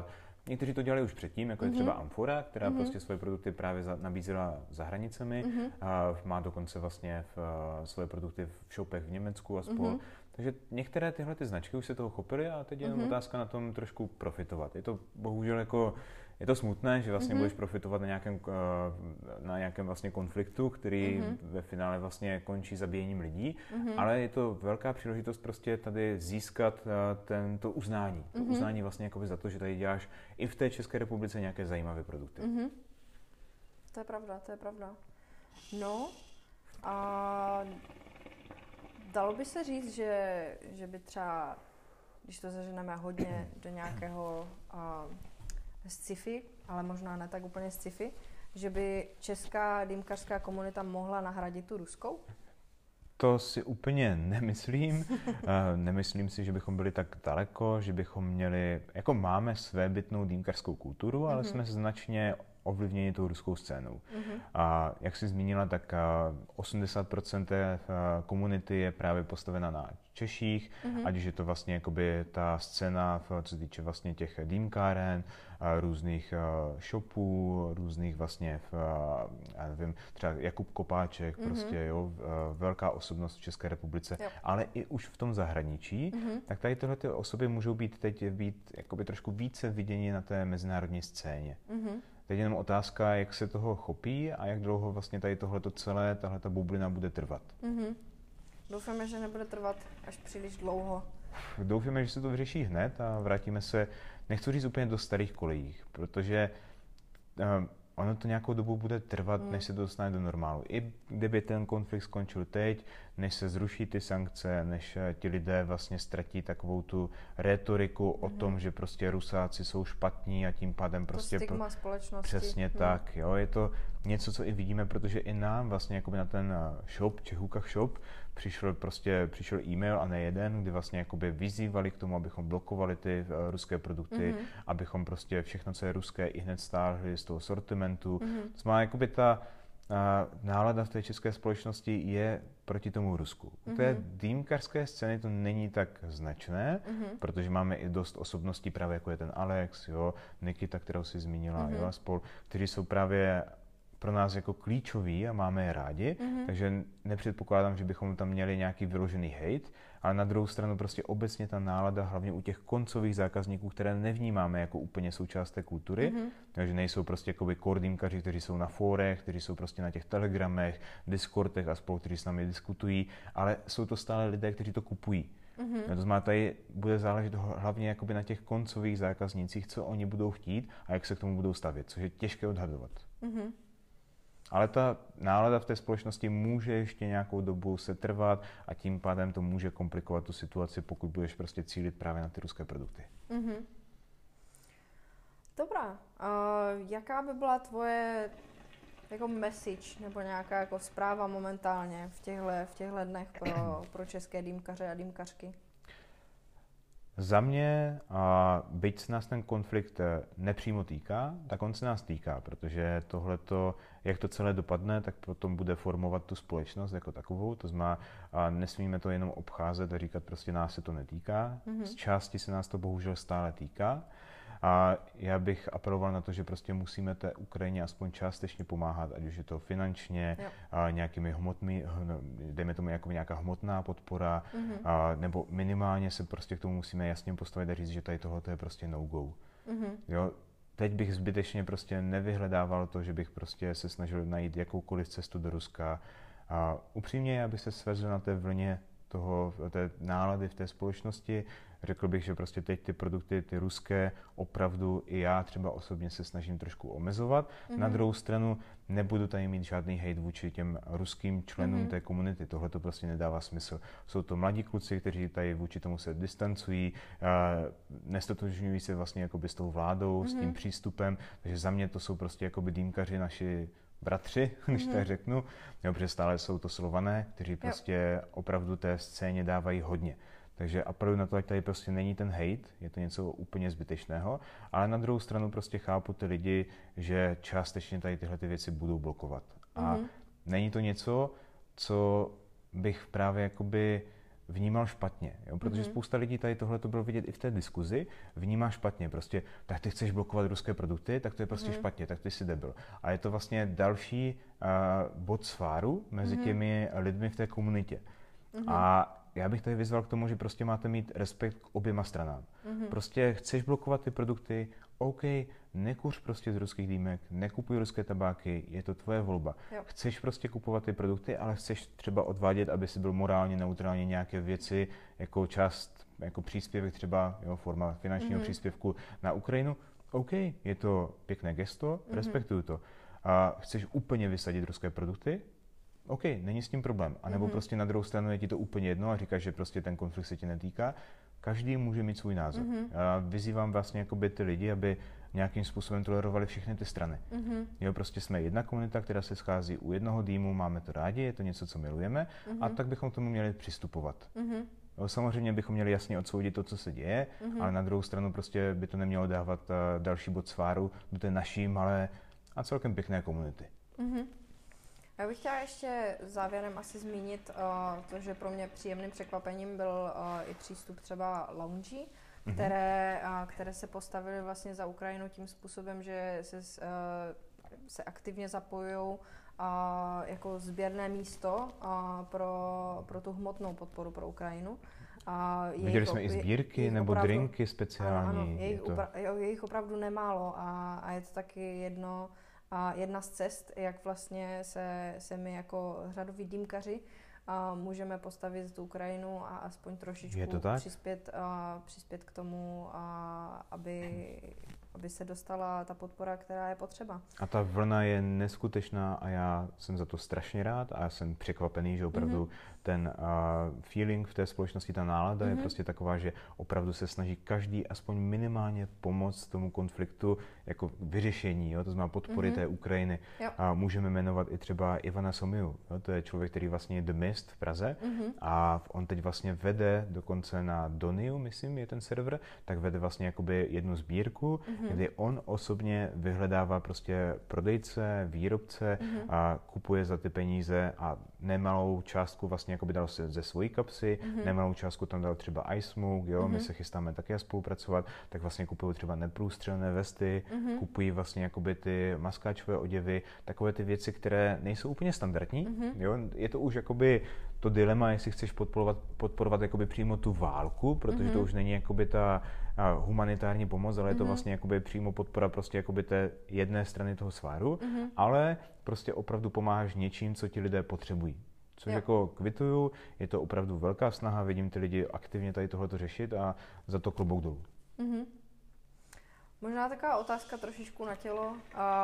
Někteří to dělali už předtím, jako je třeba Amfora, která prostě svoje produkty právě nabízela za hranicemi. A má dokonce vlastně svoje produkty v shopech v Německu a spol. Takže některé tyhle ty značky už se toho chopily a teď je jenom otázka na tom trošku profitovat. Je to bohužel jako, je to smutné, že vlastně budeš profitovat na nějakém vlastně konfliktu, který ve finále vlastně končí zabíjením lidí, ale je to velká příležitost prostě tady získat to uznání. To uznání vlastně jakoby za to, že tady děláš i v té České republice nějaké zajímavé produkty. To je pravda, to je pravda. No a dalo by se říct, že by třeba, když to zaženeme hodně do nějakého sci-fi, ale možná ne tak úplně sci-fi, že by česká dýmkařská komunita mohla nahradit tu ruskou? To si úplně nemyslím. Nemyslím si, že bychom byli tak daleko, že bychom měli, jako máme svébytnou dýmkařskou kulturu, ale jsme značně ovlivněni tou ruskou scénou. A jak jsi zmínila, tak 80% té komunity je právě postavena na Češích, ať už je to vlastně jakoby ta scéna, co se týče vlastně těch dýmkáren, různých shopů, různých vlastně, já nevím, třeba Jakub Kopáček, prostě jo, velká osobnost v České republice, ale i už v tom zahraničí, tak tady tyhle ty osoby můžou být jakoby trošku více viděni na té mezinárodní scéně. Teď je jenom otázka, jak se toho chopí a jak dlouho vlastně tady tohleto celé, tahleta bublina bude trvat. Doufáme, že nebude trvat až příliš dlouho. Doufáme, že se to vyřeší hned a vrátíme se, nechci říct úplně do starých kolejí, protože ono to nějakou dobu bude trvat, než se to dostane do normálu. I kdyby ten konflikt skončil teď, než se zruší ty sankce, než ti lidé vlastně ztratí takovou tu rétoriku o tom, že prostě Rusáci jsou špatní a tím pádem prostě... To stigma společnosti. Přesně tak, jo. Je to něco, co i vidíme, protože i nám vlastně jakoby na ten shop, Čehůkach shop, přišel e-mail a nejeden, kdy vlastně jakoby vyzývali k tomu, abychom blokovali ty ruské produkty, abychom prostě všechno, co je ruské, i hned stáhli z toho sortimentu. To znamená, jakoby ta nálada v té české společnosti je proti tomu Rusku. U té dýmkařské scény to není tak značné, protože máme i dost osobností, právě jako je ten Alex, jo, Nikita, kterou si zmínila, jo, a spol, kteří jsou právě pro nás jako klíčoví a máme je rádi, takže nepředpokládám, že bychom tam měli nějaký vyložený hate, ale na druhou stranu prostě obecně ta nálada, hlavně u těch koncových zákazníků, které nevnímáme jako úplně součást té kultury, takže nejsou prostě jakoby core dýmkaři, kteří jsou na fórech, kteří jsou prostě na těch telegramech, Discordech a spolu, kteří s námi diskutují, ale jsou to stále lidé, kteří to kupují. To znamená, tady bude záležet hlavně jakoby na těch koncových zákaznících, co oni budou chtít a jak se k tomu budou stavět, což je těžké odhadovat. Ale ta nálada v té společnosti může ještě nějakou dobu se trvat a tím pádem to může komplikovat tu situaci, pokud budeš prostě cílit právě na ty ruské produkty. Dobrá. Jaká by byla tvoje jako message nebo nějaká jako zpráva momentálně v těchto dnech pro české dýmkaře a dýmkařky? Za mě, byť se nás ten konflikt nepřímo týká, tak on se nás týká, protože tohleto, jak to celé dopadne, tak potom bude formovat tu společnost jako takovou. To znamená, nesmíme to jenom obcházet a říkat, prostě nás se to netýká. Z části se nás to bohužel stále týká. A já bych apeloval na to, že prostě musíme té Ukrajině aspoň částečně pomáhat, ať už je to finančně, nějakými hmotmi, dejme tomu jako nějaká hmotná podpora, nebo minimálně se prostě k tomu musíme jasně postavit a říct, že tady tohle je prostě no-go. Jo? Teď bych zbytečně prostě nevyhledával to, že bych prostě se snažil najít jakoukoliv cestu do Ruska. A upřímně, já bych se svezl na té vlně té nálady v té společnosti. Řekl bych, že prostě teď ty produkty, ty ruské, opravdu i já třeba osobně se snažím trošku omezovat. Na druhou stranu nebudu tady mít žádný hejt vůči těm ruským členům té komunity. Tohle to prostě nedává smysl. Jsou to mladí kluci, kteří tady vůči tomu se distancují, nestotožňují se vlastně jakoby s tou vládou, s tím přístupem, takže za mě to jsou prostě jakoby dýmkaři naši bratři, když tak řeknu, protože stále jsou to Slované, kteří prostě opravdu té scéně dávají hodně. Takže apeluji na to, ať tady prostě není ten hate, je to něco úplně zbytečného, ale na druhou stranu prostě chápu ty lidi, že částečně tady tyhle ty věci budou blokovat. A není to něco, co bych právě jakoby vnímal špatně, jo? Protože spousta lidí tady tohle to bylo vidět i v té diskuzi, vnímá špatně, prostě tak ty chceš blokovat ruské produkty, tak to je prostě špatně, tak ty jsi debil. A je to vlastně další bod sváru mezi těmi lidmi v té komunitě. A já bych tady vyzval k tomu, že prostě máte mít respekt k oběma stranám. Prostě chceš blokovat ty produkty, OK, nekuř prostě z ruských dýmek, nekupuj ruské tabáky, je to tvoje volba. Jo. Chceš prostě kupovat ty produkty, ale chceš třeba odvádět, aby si byl morálně neutrální nějaké věci, jako část, jako příspěvek třeba, jo, forma finančního příspěvku na Ukrajinu. OK, je to pěkné gesto, respektuju to. A chceš úplně vysadit ruské produkty? OK, není s tím problém. A nebo prostě na druhou stranu je ti to úplně jedno a říkáš, že prostě ten konflikt se tě netýká. Každý může mít svůj názor. Já vyzývám vlastně jakoby ty lidi, aby nějakým způsobem tolerovali všechny ty strany. Jo, prostě jsme jedna komunita, která se schází u jednoho dýmu, máme to rádi, je to něco, co milujeme a tak bychom k tomu měli přistupovat. Jo, samozřejmě bychom měli jasně odsoudit to, co se děje, ale na druhou stranu prostě by to nemělo dávat další bod sváru do té naší malé a celkem pěkné komunity. Já bych chtěla ještě závěrem asi zmínit to, že pro mě příjemným překvapením byl i přístup třeba lounge, které se postavily vlastně za Ukrajinu tím způsobem, že se aktivně zapojují jako sběrné místo pro tu hmotnou podporu pro Ukrajinu. Viděli jsme i sbírky nebo opravdu, drinky speciální. Ano, jejich opravdu nemálo a je to taky jedna z cest, jak vlastně se my jako řadoví dýmkaři můžeme postavit tu Ukrajinu a aspoň trošičku přispět k tomu, aby se dostala ta podpora, která je potřeba. A ta vlna je neskutečná a já jsem za to strašně rád a jsem překvapený, že opravdu ten feeling v té společnosti, ta nálada je prostě taková, že opravdu se snaží každý aspoň minimálně pomoct tomu konfliktu jako vyřešení, jo? To znamená podpory té Ukrajiny. A můžeme jmenovat i třeba Ivana Somiu, jo? To je člověk, který vlastně je The Mist v Praze a on teď vlastně vede dokonce na Doniu, myslím, je ten server, tak vede vlastně jakoby jednu sbírku, kdy on osobně vyhledává prostě prodejce, výrobce a kupuje za ty peníze a nemalou částku vlastně jakoby dal ze svojí kapsy, nemalou částku tam dal třeba iSmoke, jo, my se chystáme také spolupracovat, tak vlastně kupují třeba neprůstřelné vesty, kupují vlastně jakoby ty maskáčové oděvy, takové ty věci, které nejsou úplně standardní, jo, je to už jakoby to dilema, jestli chceš podporovat jakoby přímo tu válku, protože to už není jakoby ta humanitární pomoc, ale je to vlastně jakoby přímo podpora prostě jakoby té jedné strany toho sváru, ale prostě opravdu pomáháš něčím, co ti lidé potřebují. Což jako kvituju, je to opravdu velká snaha, vidím ty lidi aktivně tady tohleto řešit a za to klobouk dolů. Možná taková otázka trošičku na tělo.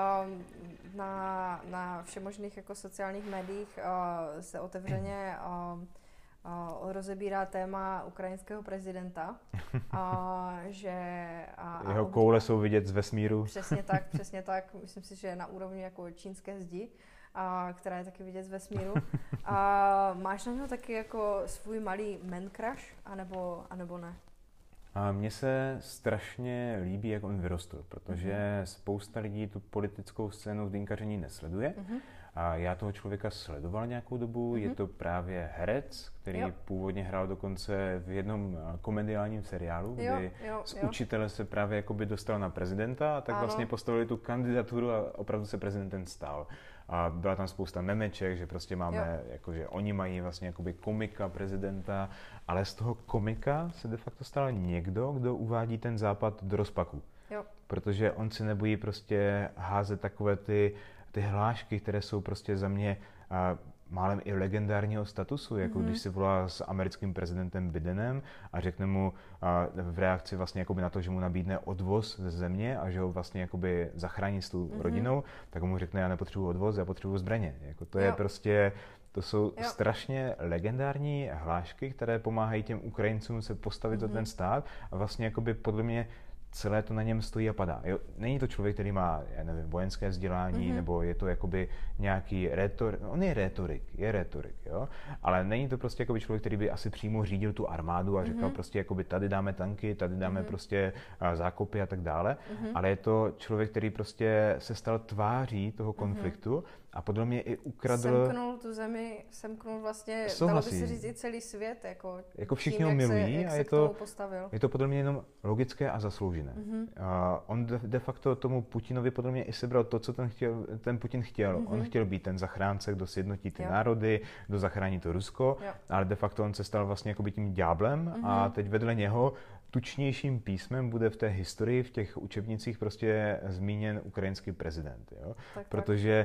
Na všemožných jako sociálních médiích se otevřeně rozebírá téma ukrajinského prezidenta, jeho koule jsou vidět z vesmíru. Přesně tak. Myslím si, že na úrovni jako čínské zdi, která je taky vidět z vesmíru. Máš na něho taky jako svůj malý man crush, anebo ne? A mně se strašně líbí, jak on vyrostl, protože spousta lidí tu politickou scénu v dýmkaření nesleduje. A já toho člověka sledoval nějakou dobu, je to právě herec, který původně hrál dokonce v jednom komediálním seriálu, kdy z učitele se právě jakoby dostal na prezidenta a tak vlastně postavili tu kandidaturu a opravdu se prezidentem stal. A byla tam spousta memeček, že prostě máme, jakože oni mají vlastně jakoby komika prezidenta, ale z toho komika se de facto stal někdo, kdo uvádí ten západ do rozpaku. Protože on si nebojí prostě házet takové ty hlášky, které jsou prostě za mě málem i legendárního statusu, jako když si volá s americkým prezidentem Bidenem a řekne mu v reakci vlastně jakoby na to, že mu nabídne odvoz ze země a že ho vlastně jakoby zachrání s tou rodinou, tak mu řekne, já nepotřebuji odvoz, já potřebuji zbraně. Jako to je prostě, to jsou strašně legendární hlášky, které pomáhají těm Ukrajincům se postavit za ten stát a vlastně jakoby podle mě celé to na něm stojí a padá. Jo, není to člověk, který má, já nevím, vojenské vzdělání, nebo je to jakoby nějaký retorik. On je retorik, jo, ale není to prostě jakoby člověk, který by asi přímo řídil tu armádu a říkal prostě jakoby tady dáme tanky, tady dáme prostě zákopy a tak dále, ale je to člověk, který prostě se stal tváří toho konfliktu a podle mě i ukradl... Semknul tu zemi, semknul vlastně, dalo by se říct i celý svět, jako všichni ho milují a je to podle mě jenom logické a zasloužené. On de facto tomu Putinovi podle mě i sebral to, co ten Putin chtěl. On chtěl být ten zachránce, kdo sjednotí ty národy, kdo zachrání to Rusko, ale de facto on se stal vlastně jako by tím ďáblem a teď vedle něho tučnějším písmem bude v té historii, v těch učebnicích prostě zmíněn ukrajinský prezident. Jo? Protože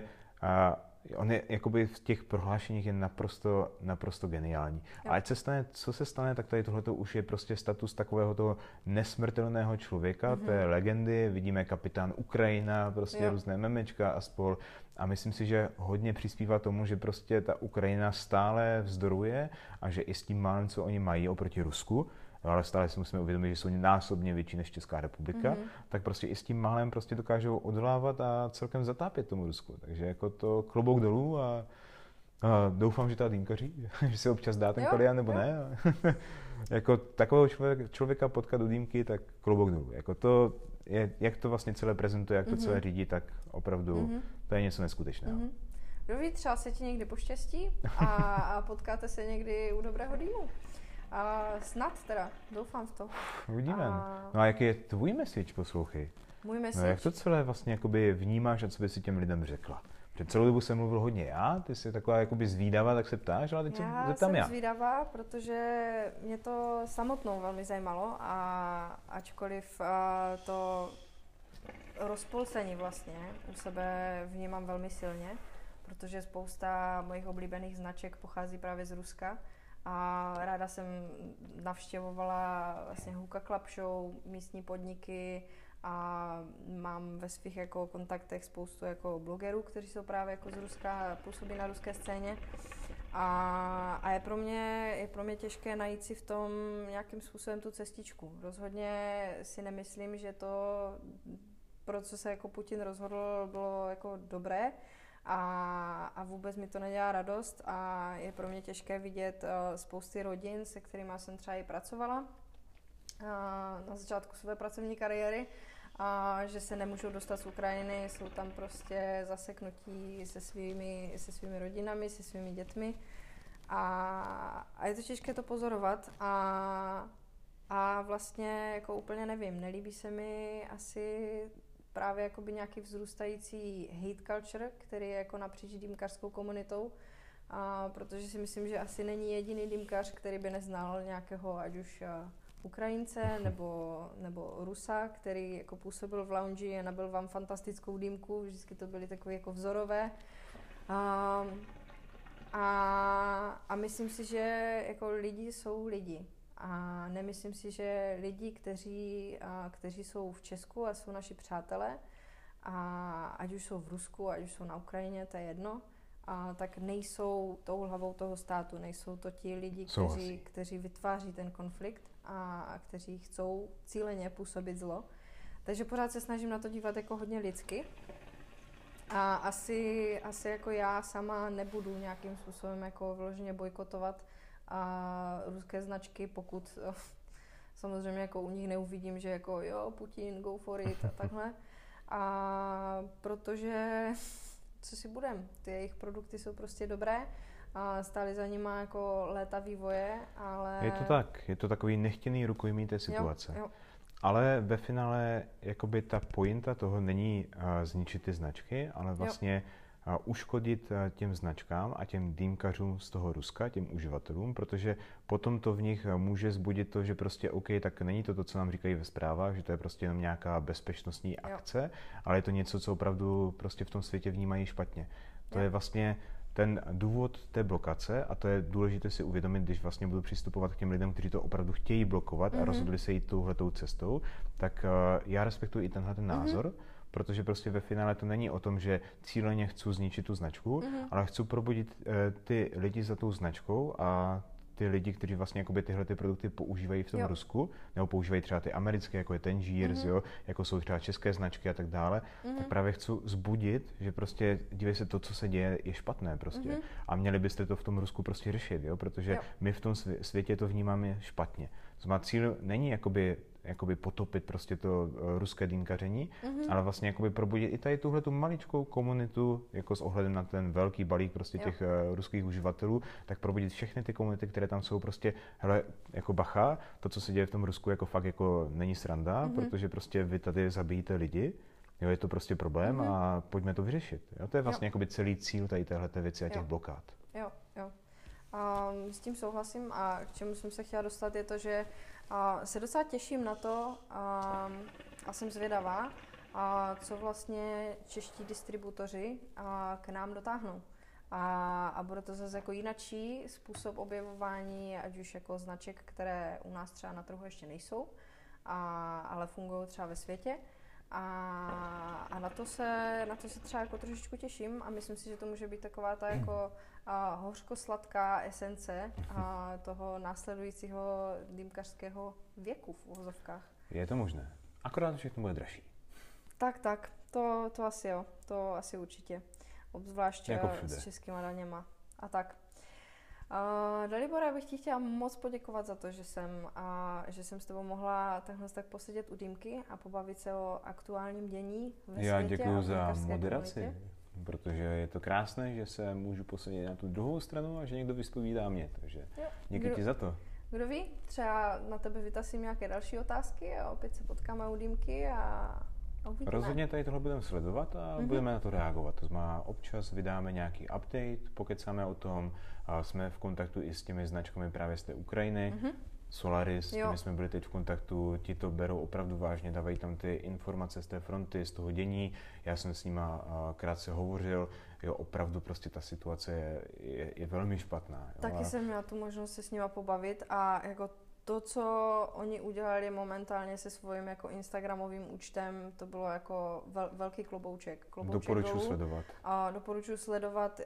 on je jakoby v těch prohlášeních je naprosto geniální. A ať se stane, co se stane, tak tady tohleto už je prostě status takového toho nesmrtelného člověka, té legendy, vidíme kapitán Ukrajina, prostě různé memečka a spol. A myslím si, že hodně přispívá tomu, že prostě ta Ukrajina stále vzdoruje a že i s tím málem, co oni mají oproti Rusku, ale stále si musíme uvědomit, že jsou násobně větší než Česká republika, tak prostě i s tím málem prostě dokážou odolávat a celkem zatápět tomu Rusku. Takže jako to klobouk dolů a doufám, že ta dýmkaří, že se občas dá ten kalián nebo ne. Jako takového člověka potkat u dýmky, tak klobouk dolů. Jako to je, jak to vlastně celé prezentuje, jak to celé řídí, tak opravdu to je něco neskutečného. Kdo ví, třeba se ti někdy poštěstí a potkáte se někdy u dobrého dýmu. Snad teda, doufám v to. Uvidíme. No a jaký je tvůj message, poslouchej? Můj message? No jak to celé vlastně jakoby vnímáš a co by si těm lidem řekla? Protože celou dobu jsem mluvil hodně já, ty jsi taková jakoby zvídavá, tak se ptáš, ale teď se zeptám já. Jsem zvídavá, protože mě to samotnou velmi zajímalo a ačkoliv to rozpolcení vlastně u sebe vnímám velmi silně, protože spousta mojich oblíbených značek pochází právě z Ruska. A ráda jsem navštěvovala vlastně Hookah Club Show, místní podniky a mám ve svých jako kontaktech spoustu jako blogerů, kteří jsou právě jako z Ruska, působí na ruské scéně. A je pro mě těžké najít si v tom nějakým způsobem tu cestičku. Rozhodně si nemyslím, že to, pro co se jako Putin rozhodl, bylo jako dobré. A vůbec mi to nedělá radost a je pro mě těžké vidět spousty rodin, se kterými jsem třeba i pracovala na začátku své pracovní kariéry, že se nemůžou dostat z Ukrajiny, jsou tam prostě zaseknutí se svými rodinami, se svými dětmi a je to těžké to pozorovat a vlastně jako úplně nevím, nelíbí se mi asi právě jakoby nějaký vzrůstající hate culture, který je jako napříč dýmkařskou komunitou, protože si myslím, že asi není jediný dýmkař, který by neznal nějakého ať už Ukrajince nebo Rusa, který jako působil v loungi a nabil vám fantastickou dýmku, vždycky to byly takové jako vzorové. A myslím si, že jako lidi jsou lidi. A nemyslím si, že lidi, kteří jsou v Česku a jsou naši přátelé, a ať už jsou v Rusku, ať už jsou na Ukrajině, to je jedno, tak nejsou tou hlavou toho státu, nejsou to ti lidi, kteří vytváří ten konflikt a kteří chcou cíleně působit zlo. Takže pořád se snažím na to dívat jako hodně lidsky. A asi jako já sama nebudu nějakým způsobem jako vyloženě bojkotovat a ruské značky, pokud samozřejmě jako u nich neuvidím, že jako jo, Putin, go for it a takhle. A protože, co si budem, ty jejich produkty jsou prostě dobré a stály za nima jako léta vývoje, ale... Je to takový nechtěný rukojmí té situace. Jo. Ale ve finále jakoby ta pointa toho není zničit ty značky, ale vlastně uškodit těm značkám a těm dýmkařům z toho Ruska, těm uživatelům, protože potom to v nich může vzbudit to, že prostě OK, tak není to, co nám říkají ve zprávách, že to je prostě jenom nějaká bezpečnostní akce, ale je to něco, co opravdu prostě v tom světě vnímají špatně. To je vlastně ten důvod té blokace a to je důležité si uvědomit, když vlastně budu přistupovat k těm lidem, kteří to opravdu chtějí blokovat a rozhodli se jít touhletou cestou, tak já respektuji i tenhle ten názor, protože prostě ve finále to není o tom, že cíleně chci zničit tu značku, ale chci probudit ty lidi za tou značkou a ty lidi, kteří vlastně jakoby tyhle ty produkty používají v tom Rusku, nebo používají třeba ty americké, jako je Tangiers, jako jsou třeba české značky a tak dále, tak právě chci vzbudit, že prostě dívej se, to, co se děje, je špatné prostě. A měli byste to v tom Rusku prostě řešit, protože my v tom světě to vnímáme špatně. Znamená, cíl není jakoby jakoby potopit prostě to ruské dýmkaření, ale vlastně jakoby probudit i tady tuhletu maličkou komunitu, jako s ohledem na ten velký balík prostě těch ruských uživatelů, tak probudit všechny ty komunity, které tam jsou prostě, hele, jako bacha, to, co se děje v tom Rusku, jako fakt jako není sranda, protože prostě vy tady zabijíte lidi, jo, je to prostě problém a pojďme to vyřešit. Jo, to je vlastně jakoby celý cíl tady téhleté věci a těch blokád. Jo. S tím souhlasím a k čemu jsem se chtěla dostat je to, že se docela těším na to a jsem zvědavá, co vlastně čeští distributoři k nám dotáhnou. A bude to zase jako jinačí způsob objevování, ať už jako značek, které u nás třeba na trhu ještě nejsou, ale fungují třeba ve světě. A na to se třeba jako trošičku těším a myslím si, že to může být taková ta jako hořko-sladká esence toho následujícího dýmkařského věku v uvozovkách. Je to možné. Akorát všechno bude dražší. Tak, to asi jo, to asi určitě. Obzvlášť jako s českýma daněma a tak. Dalibore, bych ti chtěla moc poděkovat za to, že jsem s tebou mohla takhle tak posedět u dýmky a pobavit se o aktuálním dění ve světě. Já děkuji za moderaci, protože je to krásné, že se můžu posedět na tu druhou stranu a že někdo vyspovídá mě, takže děkuji ti za to. Kdo ví, třeba na tebe vytasím nějaké další otázky a opět se potkáme u dýmky a uvidíme. Rozhodně tady tohle budeme sledovat a budeme na to reagovat. To znamená, občas vydáme nějaký update, pokecáme o tom, jsme v kontaktu i s těmi značkami právě z té Ukrajiny, Solaris, s těmi jsme byli teď v kontaktu, ti to berou opravdu vážně, dávají tam ty informace z té fronty, z toho dění. Já jsem s nima krátce hovořil, jo, opravdu prostě ta situace je velmi špatná. Jo, taky jsem měla tu možnost se s nima pobavit a jako to, co oni udělali momentálně se svým jako instagramovým účtem, to bylo jako velký klobouček. Doporučuji sledovat. Doporučuji sledovat.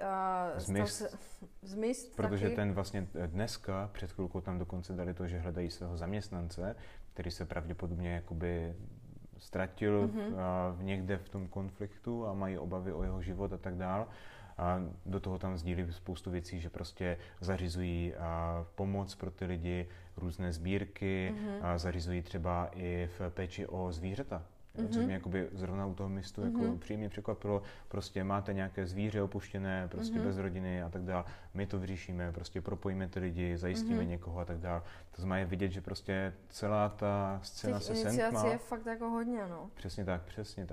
Zmist protože taky. Ten vlastně dneska, před chvilkou tam dokonce dali to, že hledají svého zaměstnance, který se pravděpodobně jakoby ztratil někde v tom konfliktu a mají obavy o jeho život a tak dál. A do toho tam sdílí spoustu věcí, že prostě zařizují pomoc pro ty lidi, různé sbírky, zařizují třeba i v péči o zvířata. Což mě jakoby zrovna u toho mistu jako příjemně překvapilo. Prostě máte nějaké zvíře opuštěné, prostě bez rodiny a tak dále. My to vyřešíme, prostě propojíme ty lidi, zajistíme někoho a tak dále. To znamená vidět, že prostě celá ta scéna se sentma. Iniciací je fakt jako hodně, no. Přesně tak.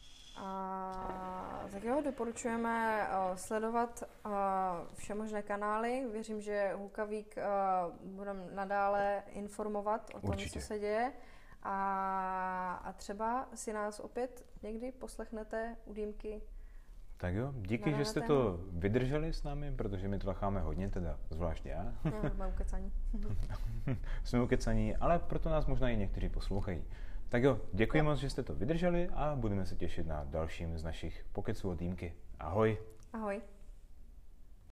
Tak jo, doporučujeme sledovat všemožné kanály. Věřím, že Hukavík budeme nadále informovat o tom, co se děje. A třeba si nás opět někdy poslechnete u dýmky. Tak jo, díky, že jste to vydrželi s námi, protože my tlacháme hodně, teda zvlášť já. Jsme ukecaní. Jsme ukecaní, ale proto nás možná i někteří poslouchají. Tak jo, děkuji moc, že jste to vydrželi a budeme se těšit na dalším z našich pokeců od dýmky. Ahoj. Ahoj.